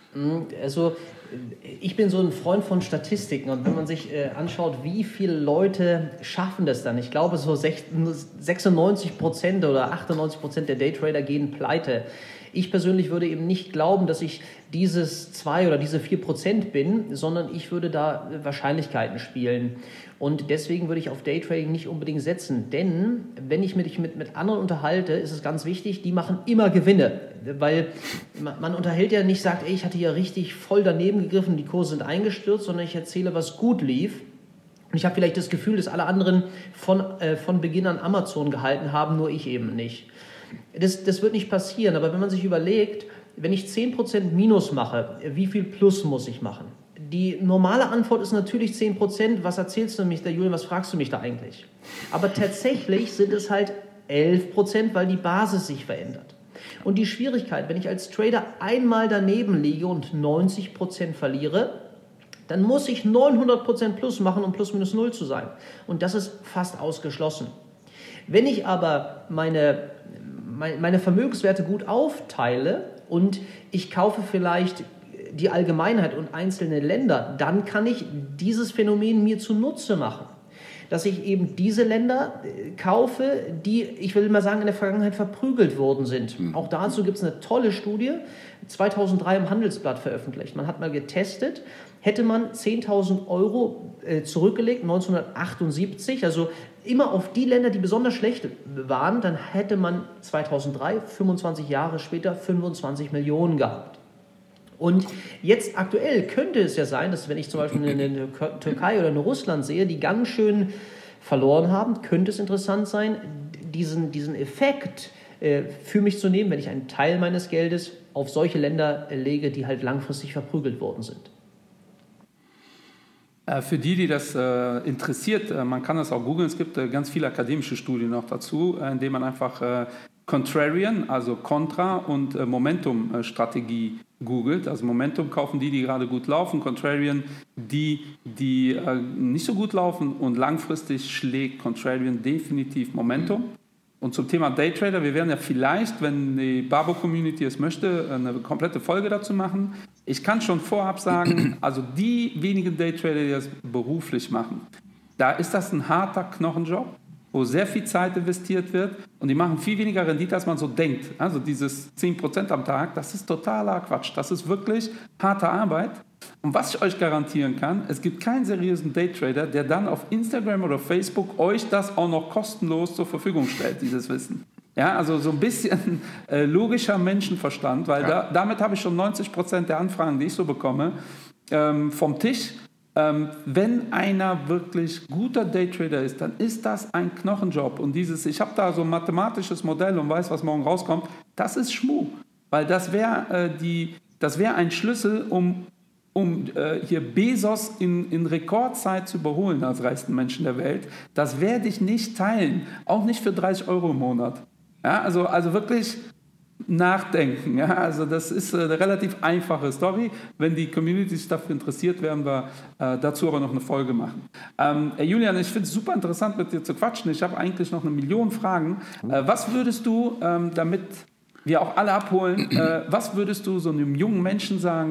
Also ich bin so ein Freund von Statistiken und wenn man sich äh, anschaut, wie viele Leute schaffen das dann, ich glaube so sechsundneunzig Prozent oder achtundneunzig Prozent der Daytrader gehen pleite. Ich persönlich würde eben nicht glauben, dass ich dieses zwei oder diese vier Prozent bin, sondern ich würde da Wahrscheinlichkeiten spielen. Und deswegen würde ich auf Daytrading nicht unbedingt setzen. Denn wenn ich mich mit, mit anderen unterhalte, ist es ganz wichtig, die machen immer Gewinne. Weil man, man unterhält ja nicht, sagt, ey, ich hatte ja richtig voll daneben gegriffen, die Kurse sind eingestürzt, sondern ich erzähle, was gut lief. Und ich habe vielleicht das Gefühl, dass alle anderen von, äh, von Beginn an Amazon gehalten haben, nur ich eben nicht. Das, das wird nicht passieren, aber wenn man sich überlegt, wenn ich zehn Prozent Minus mache, wie viel Plus muss ich machen? Die normale Antwort ist natürlich zehn Prozent. Was erzählst du mich da, Julian, was fragst du mich da eigentlich? Aber tatsächlich sind es halt elf Prozent, weil die Basis sich verändert. Und die Schwierigkeit, wenn ich als Trader einmal daneben liege und neunzig Prozent verliere, dann muss ich neunhundert Prozent Plus machen, um plus minus null zu sein. Und das ist fast ausgeschlossen. Wenn ich aber meine, meine Vermögenswerte gut aufteile und ich kaufe vielleicht die Allgemeinheit und einzelne Länder, dann kann ich dieses Phänomen mir zunutze machen. Dass ich eben diese Länder kaufe, die, ich will mal sagen, in der Vergangenheit verprügelt worden sind. Mhm. Auch dazu gibt es eine tolle Studie, zweitausenddrei im Handelsblatt veröffentlicht. Man hat mal getestet, hätte man zehntausend Euro zurückgelegt, neunzehnhundertachtundsiebzig, also immer auf die Länder, die besonders schlecht waren, dann hätte man zweitausenddrei, fünfundzwanzig Jahre später, fünfundzwanzig Millionen gehabt. Und jetzt aktuell könnte es ja sein, dass wenn ich zum Beispiel eine Türkei oder eine Russland sehe, die ganz schön verloren haben, könnte es interessant sein, diesen, diesen Effekt äh, für mich zu nehmen, wenn ich einen Teil meines Geldes auf solche Länder lege, die halt langfristig verprügelt worden sind. Für die, die das äh, interessiert, äh, man kann das auch googeln, es gibt äh, ganz viele akademische Studien noch dazu, äh, indem man einfach äh, Contrarian, also Kontra- und äh, Momentum-Strategie googelt. Also Momentum kaufen die, die gerade gut laufen, Contrarian die, die äh, nicht so gut laufen und langfristig schlägt Contrarian definitiv Momentum. Und zum Thema Daytrader, wir werden ja vielleicht, wenn die Babo-Community es möchte, eine komplette Folge dazu machen. Ich kann schon vorab sagen, also die wenigen Daytrader, die das beruflich machen, da ist das ein harter Knochenjob, wo sehr viel Zeit investiert wird und die machen viel weniger Rendite, als man so denkt. Also dieses zehn Prozent am Tag, das ist totaler Quatsch. Das ist wirklich harte Arbeit. Und was ich euch garantieren kann, es gibt keinen seriösen Daytrader, der dann auf Instagram oder Facebook euch das auch noch kostenlos zur Verfügung stellt, dieses Wissen. Ja, also so ein bisschen äh, logischer Menschenverstand, weil ja. da, damit habe ich schon neunzig Prozent der Anfragen, die ich so bekomme, ähm, vom Tisch. Ähm, wenn einer wirklich guter Daytrader ist, dann ist das ein Knochenjob. Und dieses, ich habe da so ein mathematisches Modell und weiß, was morgen rauskommt, das ist Schmuh. Weil das wäre äh, die, das wäre ein Schlüssel, um, um äh, hier Bezos in, in Rekordzeit zu überholen als reichsten Menschen der Welt. Das werde ich nicht teilen, auch nicht für dreißig Euro im Monat. Ja, also, also wirklich nachdenken. Ja, also das ist eine relativ einfache Story. Wenn die Community sich dafür interessiert, werden wir äh, dazu aber noch eine Folge machen. Ähm, Julian, ich finde es super interessant, mit dir zu quatschen. Ich habe eigentlich noch eine Million Fragen. Äh, was würdest du, ähm, damit wir auch alle abholen, äh, was würdest du so einem jungen Menschen sagen,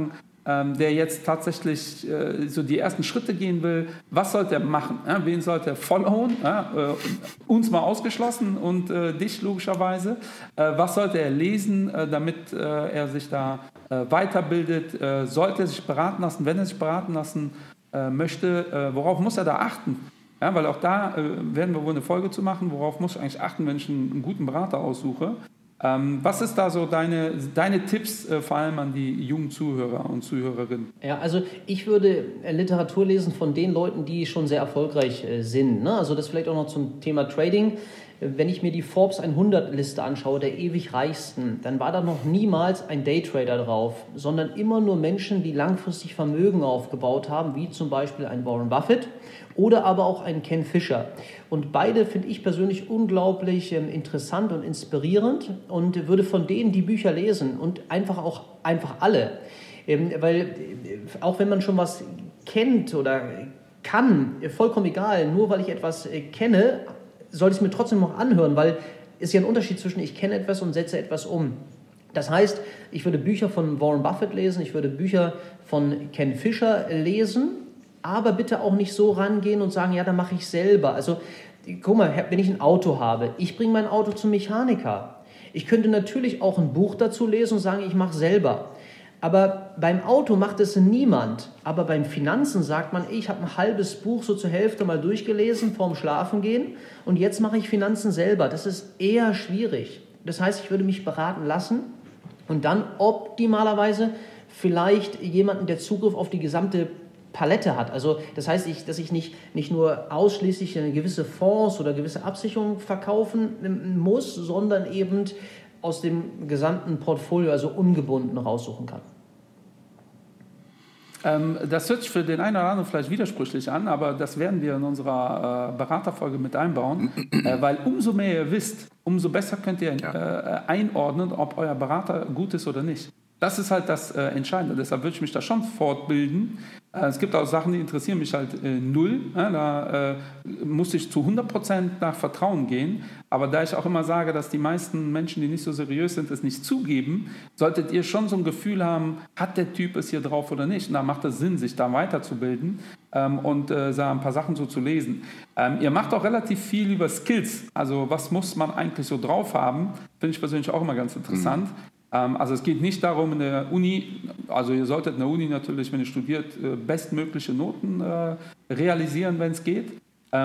ähm, der jetzt tatsächlich äh, so die ersten Schritte gehen will, was sollte er machen? Ja, wen sollte er followen? Ja, äh, uns mal ausgeschlossen und äh, dich logischerweise. Äh, was sollte er lesen, äh, damit äh, er sich da äh, weiterbildet? Äh, sollte er sich beraten lassen? Wenn er sich beraten lassen äh, möchte, äh, worauf muss er da achten? Ja, weil auch da äh, werden wir wohl eine Folge zu machen, worauf muss ich eigentlich achten, wenn ich einen, einen guten Berater aussuche. Ähm, was ist da so deine, deine Tipps äh, vor allem an die jungen Zuhörer und Zuhörerinnen? Ja, also ich würde Literatur lesen von den Leuten, die schon sehr erfolgreich äh, sind. Ne? Also das vielleicht auch noch zum Thema Trading. Wenn ich mir die Forbes hundert-Liste anschaue, der ewig reichsten, dann war da noch niemals ein Daytrader drauf, sondern immer nur Menschen, die langfristig Vermögen aufgebaut haben, wie zum Beispiel ein Warren Buffett oder aber auch ein Ken Fisher. Und beide finde ich persönlich unglaublich ähm, interessant und inspirierend und würde von denen die Bücher lesen und einfach auch einfach alle. Ähm, weil äh, auch wenn man schon was kennt oder kann, vollkommen egal, nur weil ich etwas äh, kenne, sollte ich es mir trotzdem noch anhören, weil es ja ein Unterschied zwischen ich kenne etwas und setze etwas um. Das heißt, ich würde Bücher von Warren Buffett lesen, ich würde Bücher von Ken Fisher lesen, aber bitte auch nicht so rangehen und sagen, ja, dann mache ich selber. Also guck mal, wenn ich ein Auto habe, ich bringe mein Auto zum Mechaniker. Ich könnte natürlich auch ein Buch dazu lesen und sagen, ich mache selber. Aber beim Auto macht es niemand. Aber beim Finanzen sagt man, ich habe ein halbes Buch so zur Hälfte mal durchgelesen vorm Schlafengehen und jetzt mache ich Finanzen selber. Das ist eher schwierig. Das heißt, ich würde mich beraten lassen und dann optimalerweise vielleicht jemanden, der Zugriff auf die gesamte Palette hat. Also das heißt, ich, dass ich nicht, nicht nur ausschließlich eine gewisse Fonds oder gewisse Absicherung verkaufen muss, sondern eben aus dem gesamten Portfolio, also ungebunden, raussuchen kann. Ähm, das hört sich für den einen oder anderen vielleicht widersprüchlich an, aber das werden wir in unserer äh, Beraterfolge mit einbauen, äh, weil umso mehr ihr wisst, umso besser könnt ihr ja. äh, einordnen, ob euer Berater gut ist oder nicht. Das ist halt das äh, Entscheidende. Deshalb würde ich mich da schon fortbilden. Äh, es gibt auch Sachen, die interessieren mich halt äh, null. Ja, da äh, muss ich zu hundert Prozent nach Vertrauen gehen. Aber da ich auch immer sage, dass die meisten Menschen, die nicht so seriös sind, es nicht zugeben, solltet ihr schon so ein Gefühl haben, hat der Typ es hier drauf oder nicht. Und da macht es Sinn, sich da weiterzubilden ähm, und äh, ein paar Sachen so zu lesen. Ähm, ihr macht auch relativ viel über Skills. Also was muss man eigentlich so drauf haben? Finde ich persönlich auch immer ganz interessant. Mhm. Also es geht nicht darum, in der Uni, also ihr solltet in der Uni natürlich, wenn ihr studiert, bestmögliche Noten realisieren, wenn es geht.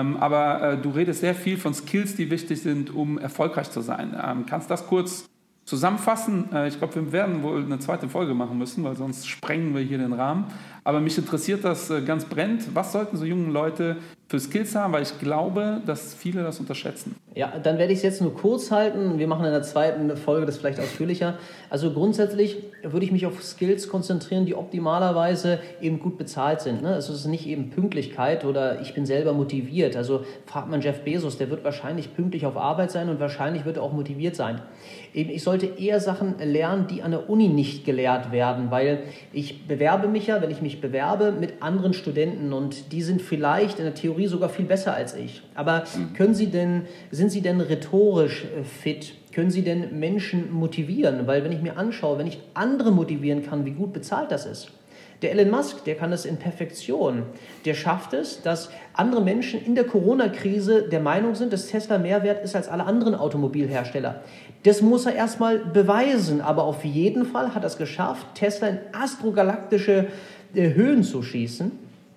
Aber du redest sehr viel von Skills, die wichtig sind, um erfolgreich zu sein. Kannst du das kurz zusammenfassen? Ich glaube, wir werden wohl eine zweite Folge machen müssen, weil sonst sprengen wir hier den Rahmen. Aber mich interessiert das ganz brennend. Was sollten so junge Leute für Skills haben? Weil ich glaube, dass viele das unterschätzen. Ja, dann werde ich es jetzt nur kurz halten. Wir machen in der zweiten Folge das vielleicht ausführlicher. Also grundsätzlich würde ich mich auf Skills konzentrieren, die optimalerweise eben gut bezahlt sind. Also es ist nicht eben Pünktlichkeit oder ich bin selber motiviert. Also fragt man Jeff Bezos, der wird wahrscheinlich pünktlich auf Arbeit sein und wahrscheinlich wird er auch motiviert sein. Eben, ich sollte eher Sachen lernen, die an der Uni nicht gelehrt werden, weil ich bewerbe mich ja, wenn ich mich bewerbe, mit anderen Studenten und die sind vielleicht in der Theorie sogar viel besser als ich. Aber können Sie denn, sind Sie denn rhetorisch fit? Können Sie denn Menschen motivieren? Weil wenn ich mir anschaue, wenn ich andere motivieren kann, wie gut bezahlt das ist. Der Elon Musk, der kann das in Perfektion. Der schafft es, dass andere Menschen in der Corona-Krise der Meinung sind, dass Tesla mehr wert ist als alle anderen Automobilhersteller. Das muss er erstmal beweisen, aber auf jeden Fall hat er es geschafft, Tesla in astrogalaktische äh, Höhen zu schießen.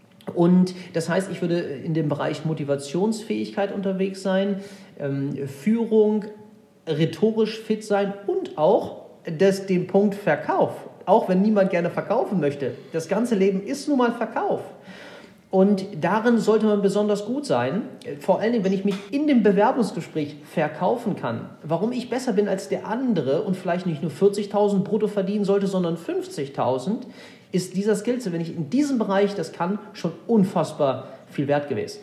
Und das heißt, ich würde in dem Bereich Motivationsfähigkeit unterwegs sein, ähm, Führung, rhetorisch fit sein und auch das, den Punkt Verkauf. Auch wenn niemand gerne verkaufen möchte. Das ganze Leben ist nun mal Verkauf. Und darin sollte man besonders gut sein. Vor allen Dingen, wenn ich mich in dem Bewerbungsgespräch verkaufen kann. Warum ich besser bin als der andere und vielleicht nicht nur vierzigtausend brutto verdienen sollte, sondern fünfzigtausend, ist dieser Skills, wenn ich in diesem Bereich das kann, schon unfassbar viel wert gewesen.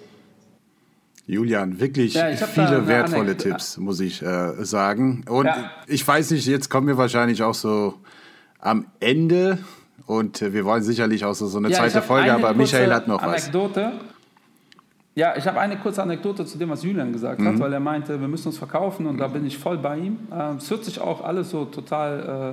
Julian, wirklich ja, viele wertvolle Anekdote. Tipps, muss ich äh, sagen. Und ja. ich weiß nicht, jetzt kommen wir wahrscheinlich auch so am Ende und äh, wir wollen sicherlich auch so, so eine ja, zweite Folge, aber Michael hat noch Anekdote. was. Ja, ich habe eine kurze Anekdote zu dem, was Julian gesagt mhm. hat, weil er meinte, wir müssen uns verkaufen und mhm. da bin ich voll bei ihm. Äh, es hört sich auch alles so total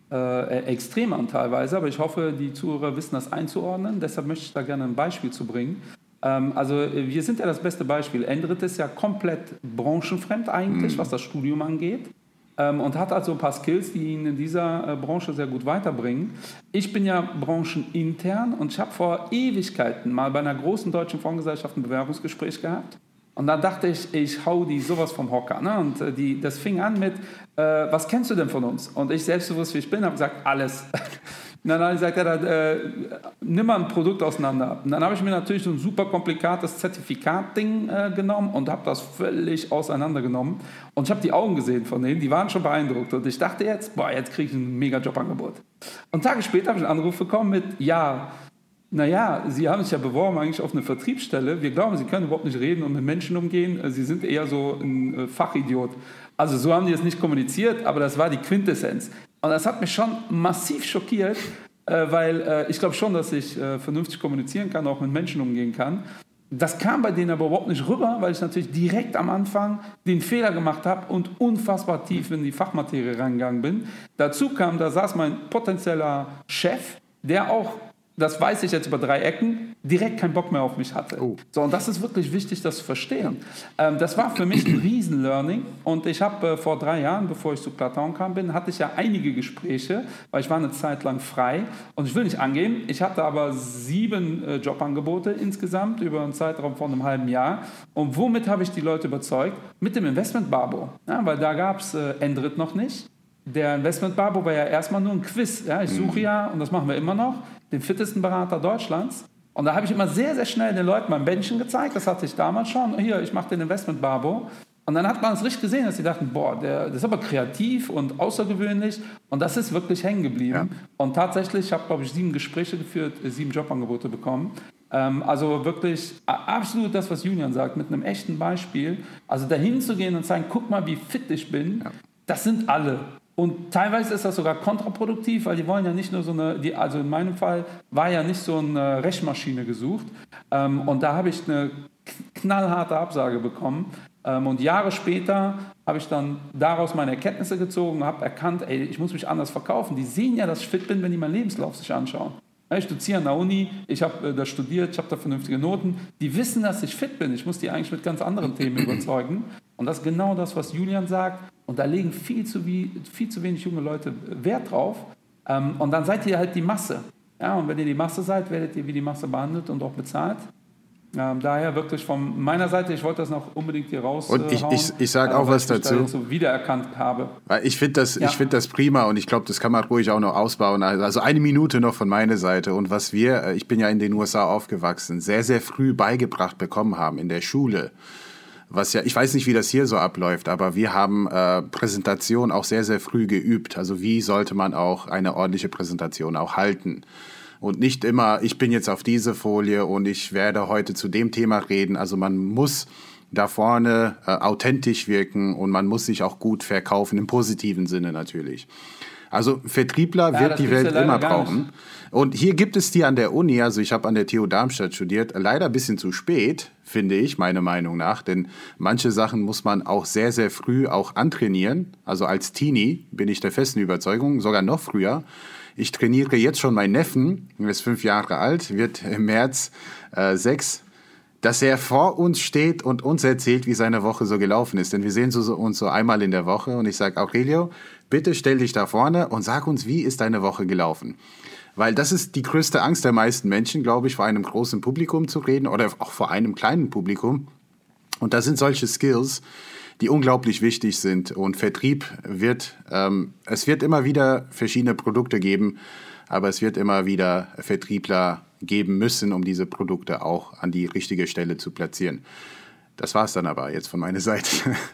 äh, extrem an teilweise, aber ich hoffe, die Zuhörer wissen das einzuordnen. Deshalb möchte ich da gerne ein Beispiel zu bringen. Ähm, also wir sind ja das beste Beispiel. Endrit ist ja komplett branchenfremd eigentlich, mhm. was das Studium angeht. Ähm, und hat also ein paar Skills, die ihn in dieser äh, Branche sehr gut weiterbringen. Ich bin ja branchenintern und ich habe vor Ewigkeiten mal bei einer großen deutschen Fondsgesellschaft ein Bewerbungsgespräch gehabt. Und dann dachte ich, ich hau die sowas vom Hocker. Ne? Und äh, die, das fing an mit, äh, was kennst du denn von uns? Und ich, selbstbewusst wie ich bin, habe gesagt, alles. Und dann habe ich gesagt, ja, dann, äh, nimm mal ein Produkt auseinander. Und dann habe ich mir natürlich so ein super komplikates Zertifikat-Ding äh, genommen und habe das völlig auseinandergenommen. Und ich habe die Augen gesehen von denen, die waren schon beeindruckt. Und ich dachte jetzt, boah, jetzt kriege ich ein mega Jobangebot. Und Tage später habe ich einen Anruf bekommen mit, ja, naja, Sie haben sich ja beworben eigentlich auf eine Vertriebsstelle. Wir glauben, Sie können überhaupt nicht reden und mit Menschen umgehen. Sie sind eher so ein äh, Fachidiot. Also so haben die es nicht kommuniziert, aber das war die Quintessenz. Und das hat mich schon massiv schockiert, äh, weil äh, ich glaube schon, dass ich äh, vernünftig kommunizieren kann, auch mit Menschen umgehen kann. Das kam bei denen aber überhaupt nicht rüber, weil ich natürlich direkt am Anfang den Fehler gemacht habe und unfassbar tief in die Fachmaterie reingegangen bin. Dazu kam, da saß mein potenzieller Chef, der auch, das weiß ich jetzt über drei Ecken, direkt keinen Bock mehr auf mich hatte. Oh. So, und das ist wirklich wichtig, das zu verstehen. Ja. Ähm, das war für mich ein Riesen-Learning. Und ich habe äh, vor drei Jahren, bevor ich zu Platon kam, bin, hatte ich ja einige Gespräche, weil ich war eine Zeit lang frei. Und ich will nicht angeben, ich hatte aber sieben äh, Jobangebote insgesamt über einen Zeitraum von einem halben Jahr. Und womit habe ich die Leute überzeugt? Mit dem Investment-Babo. Ja, weil da gab es äh, Endrit noch nicht. Der Investment-Babo war ja erstmal nur ein Quiz. Ja? Ich suche ja, und das machen wir immer noch, den fittesten Berater Deutschlands. Und da habe ich immer sehr, sehr schnell den Leuten mein Bändchen gezeigt. Das hatte ich damals schon. Hier, ich mache den Investment-Babo. Und dann hat man es richtig gesehen, dass sie dachten, boah, der, das ist aber kreativ und außergewöhnlich. Und das ist wirklich hängen geblieben. Ja. Und tatsächlich, ich habe, glaube ich, sieben Gespräche geführt, sieben Jobangebote bekommen. Ähm, also wirklich absolut das, was Julian sagt, mit einem echten Beispiel. Also dahin zu gehen und sagen, guck mal, wie fit ich bin, ja. Das sind alle. Und teilweise ist das sogar kontraproduktiv, weil die wollen ja nicht nur so eine, die, also in meinem Fall war ja nicht so eine Rechenmaschine gesucht. Ähm, und da habe ich eine knallharte Absage bekommen. Ähm, und Jahre später habe ich dann daraus meine Erkenntnisse gezogen und habe erkannt, ey, ich muss mich anders verkaufen. Die sehen ja, dass ich fit bin, wenn die meinen Lebenslauf sich anschauen. Ich doziere an der Uni, ich habe äh, da studiert, ich habe da vernünftige Noten. Die wissen, dass ich fit bin. Ich muss die eigentlich mit ganz anderen Themen überzeugen. Und das ist genau das, was Julian sagt. Und da legen viel zu, wie, viel zu wenig junge Leute Wert drauf. Ähm, und dann seid ihr halt die Masse. Ja, und wenn ihr die Masse seid, werdet ihr wie die Masse behandelt und auch bezahlt. Ähm, daher wirklich von meiner Seite, ich wollte das noch unbedingt hier raushauen. Und ich, ich, ich sage auch äh, was ich dazu. Da so wiedererkannt habe. Ich finde das, ja. find das prima und ich glaube, das kann man ruhig auch noch ausbauen. Also eine Minute noch von meiner Seite. Und was wir, ich bin ja in den U S A aufgewachsen, sehr, sehr früh beigebracht bekommen haben in der Schule. Was ja, ich weiß nicht, wie das hier so abläuft, aber wir haben äh, Präsentation auch sehr, sehr früh geübt. Also wie sollte man auch eine ordentliche Präsentation auch halten? Und nicht immer, ich bin jetzt auf diese Folie und ich werde heute zu dem Thema reden. Also man muss da vorne äh, authentisch wirken und man muss sich auch gut verkaufen, im positiven Sinne natürlich. Also Vertriebler ja, wird die Welt immer brauchen. Und hier gibt es die an der Uni, also ich habe an der T U Darmstadt studiert, leider ein bisschen zu spät, finde ich, meiner Meinung nach. Denn manche Sachen muss man auch sehr, sehr früh auch antrainieren. Also als Teenie bin ich der festen Überzeugung, sogar noch früher. Ich trainiere jetzt schon meinen Neffen, er ist fünf Jahre alt, wird im März äh, sechs, dass er vor uns steht und uns erzählt, wie seine Woche so gelaufen ist. Denn wir sehen so, uns so einmal in der Woche und ich sage, Aurelio, bitte stell dich da vorne und sag uns, wie ist deine Woche gelaufen? Weil das ist die größte Angst der meisten Menschen, glaube ich, vor einem großen Publikum zu reden oder auch vor einem kleinen Publikum. Und das sind solche Skills, die unglaublich wichtig sind. Und Vertrieb wird, ähm, es wird immer wieder verschiedene Produkte geben, aber es wird immer wieder Vertriebler geben müssen, um diese Produkte auch an die richtige Stelle zu platzieren. Das war's dann aber jetzt von meiner Seite.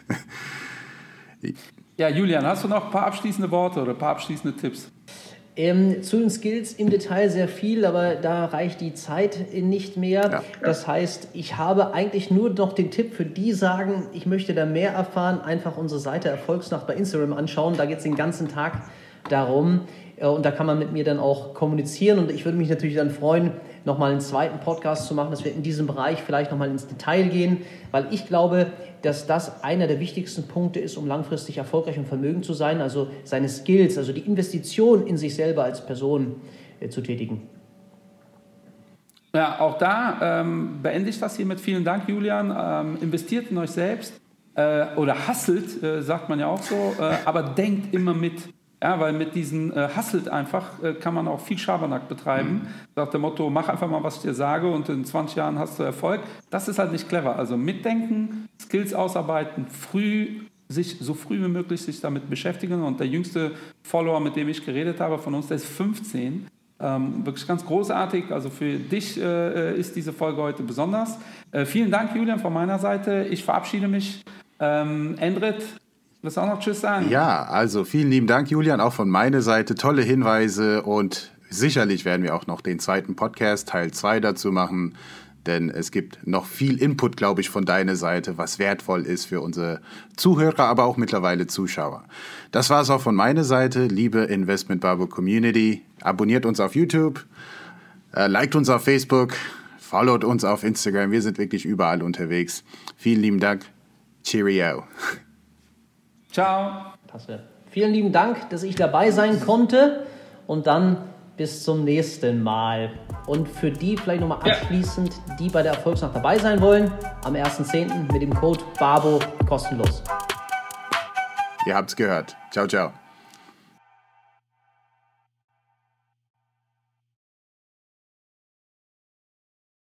Ja, Julian, hast du noch ein paar abschließende Worte oder ein paar abschließende Tipps? Ähm, zu den Skills im Detail sehr viel, aber da reicht die Zeit nicht mehr. Ja. Das heißt, ich habe eigentlich nur noch den Tipp für die sagen, ich möchte da mehr erfahren, einfach unsere Seite Erfolgsnacht bei Instagram anschauen. Da geht es den ganzen Tag darum. Und da kann man mit mir dann auch kommunizieren. Und ich würde mich natürlich dann freuen, nochmal einen zweiten Podcast zu machen, dass wir in diesem Bereich vielleicht nochmal ins Detail gehen, weil ich glaube, dass das einer der wichtigsten Punkte ist, um langfristig erfolgreich und vermögend zu sein, also seine Skills, also die Investition in sich selber als Person äh, zu tätigen. Ja, auch da ähm, beende ich das hier mit vielen Dank, Julian. Ähm, investiert in euch selbst äh, oder hustelt, äh, sagt man ja auch so, äh, aber denkt immer mit. Ja, weil mit diesen äh, hustelt einfach äh, kann man auch viel Schabernack betreiben. Nach dem Motto, mach einfach mal, was ich dir sage und in zwanzig Jahren hast du Erfolg. Das ist halt nicht clever. Also mitdenken, Skills ausarbeiten, früh sich so früh wie möglich sich damit beschäftigen. Und der jüngste Follower, mit dem ich geredet habe, von uns, der ist fünfzehn. Ähm, wirklich ganz großartig. Also für dich äh, ist diese Folge heute besonders. Äh, vielen Dank, Julian, von meiner Seite. Ich verabschiede mich. Ähm, Endrit, willst du auch noch Tschüss sagen? Ja, also vielen lieben Dank, Julian, auch von meiner Seite. Tolle Hinweise und sicherlich werden wir auch noch den zweiten Podcast, Teil zwei dazu machen, denn es gibt noch viel Input, glaube ich, von deiner Seite, was wertvoll ist für unsere Zuhörer, aber auch mittlerweile Zuschauer. Das war es auch von meiner Seite, liebe Investment Bubble Community. Abonniert uns auf YouTube, äh, liked uns auf Facebook, followt uns auf Instagram. Wir sind wirklich überall unterwegs. Vielen lieben Dank. Cheerio. Ciao. Klasse. Vielen lieben Dank, dass ich dabei sein konnte und dann bis zum nächsten Mal. Und für die vielleicht nochmal abschließend, die bei der Erfolgsnacht dabei sein wollen, am ersten zehnten mit dem Code BABO kostenlos. Ihr habt's gehört. Ciao, ciao.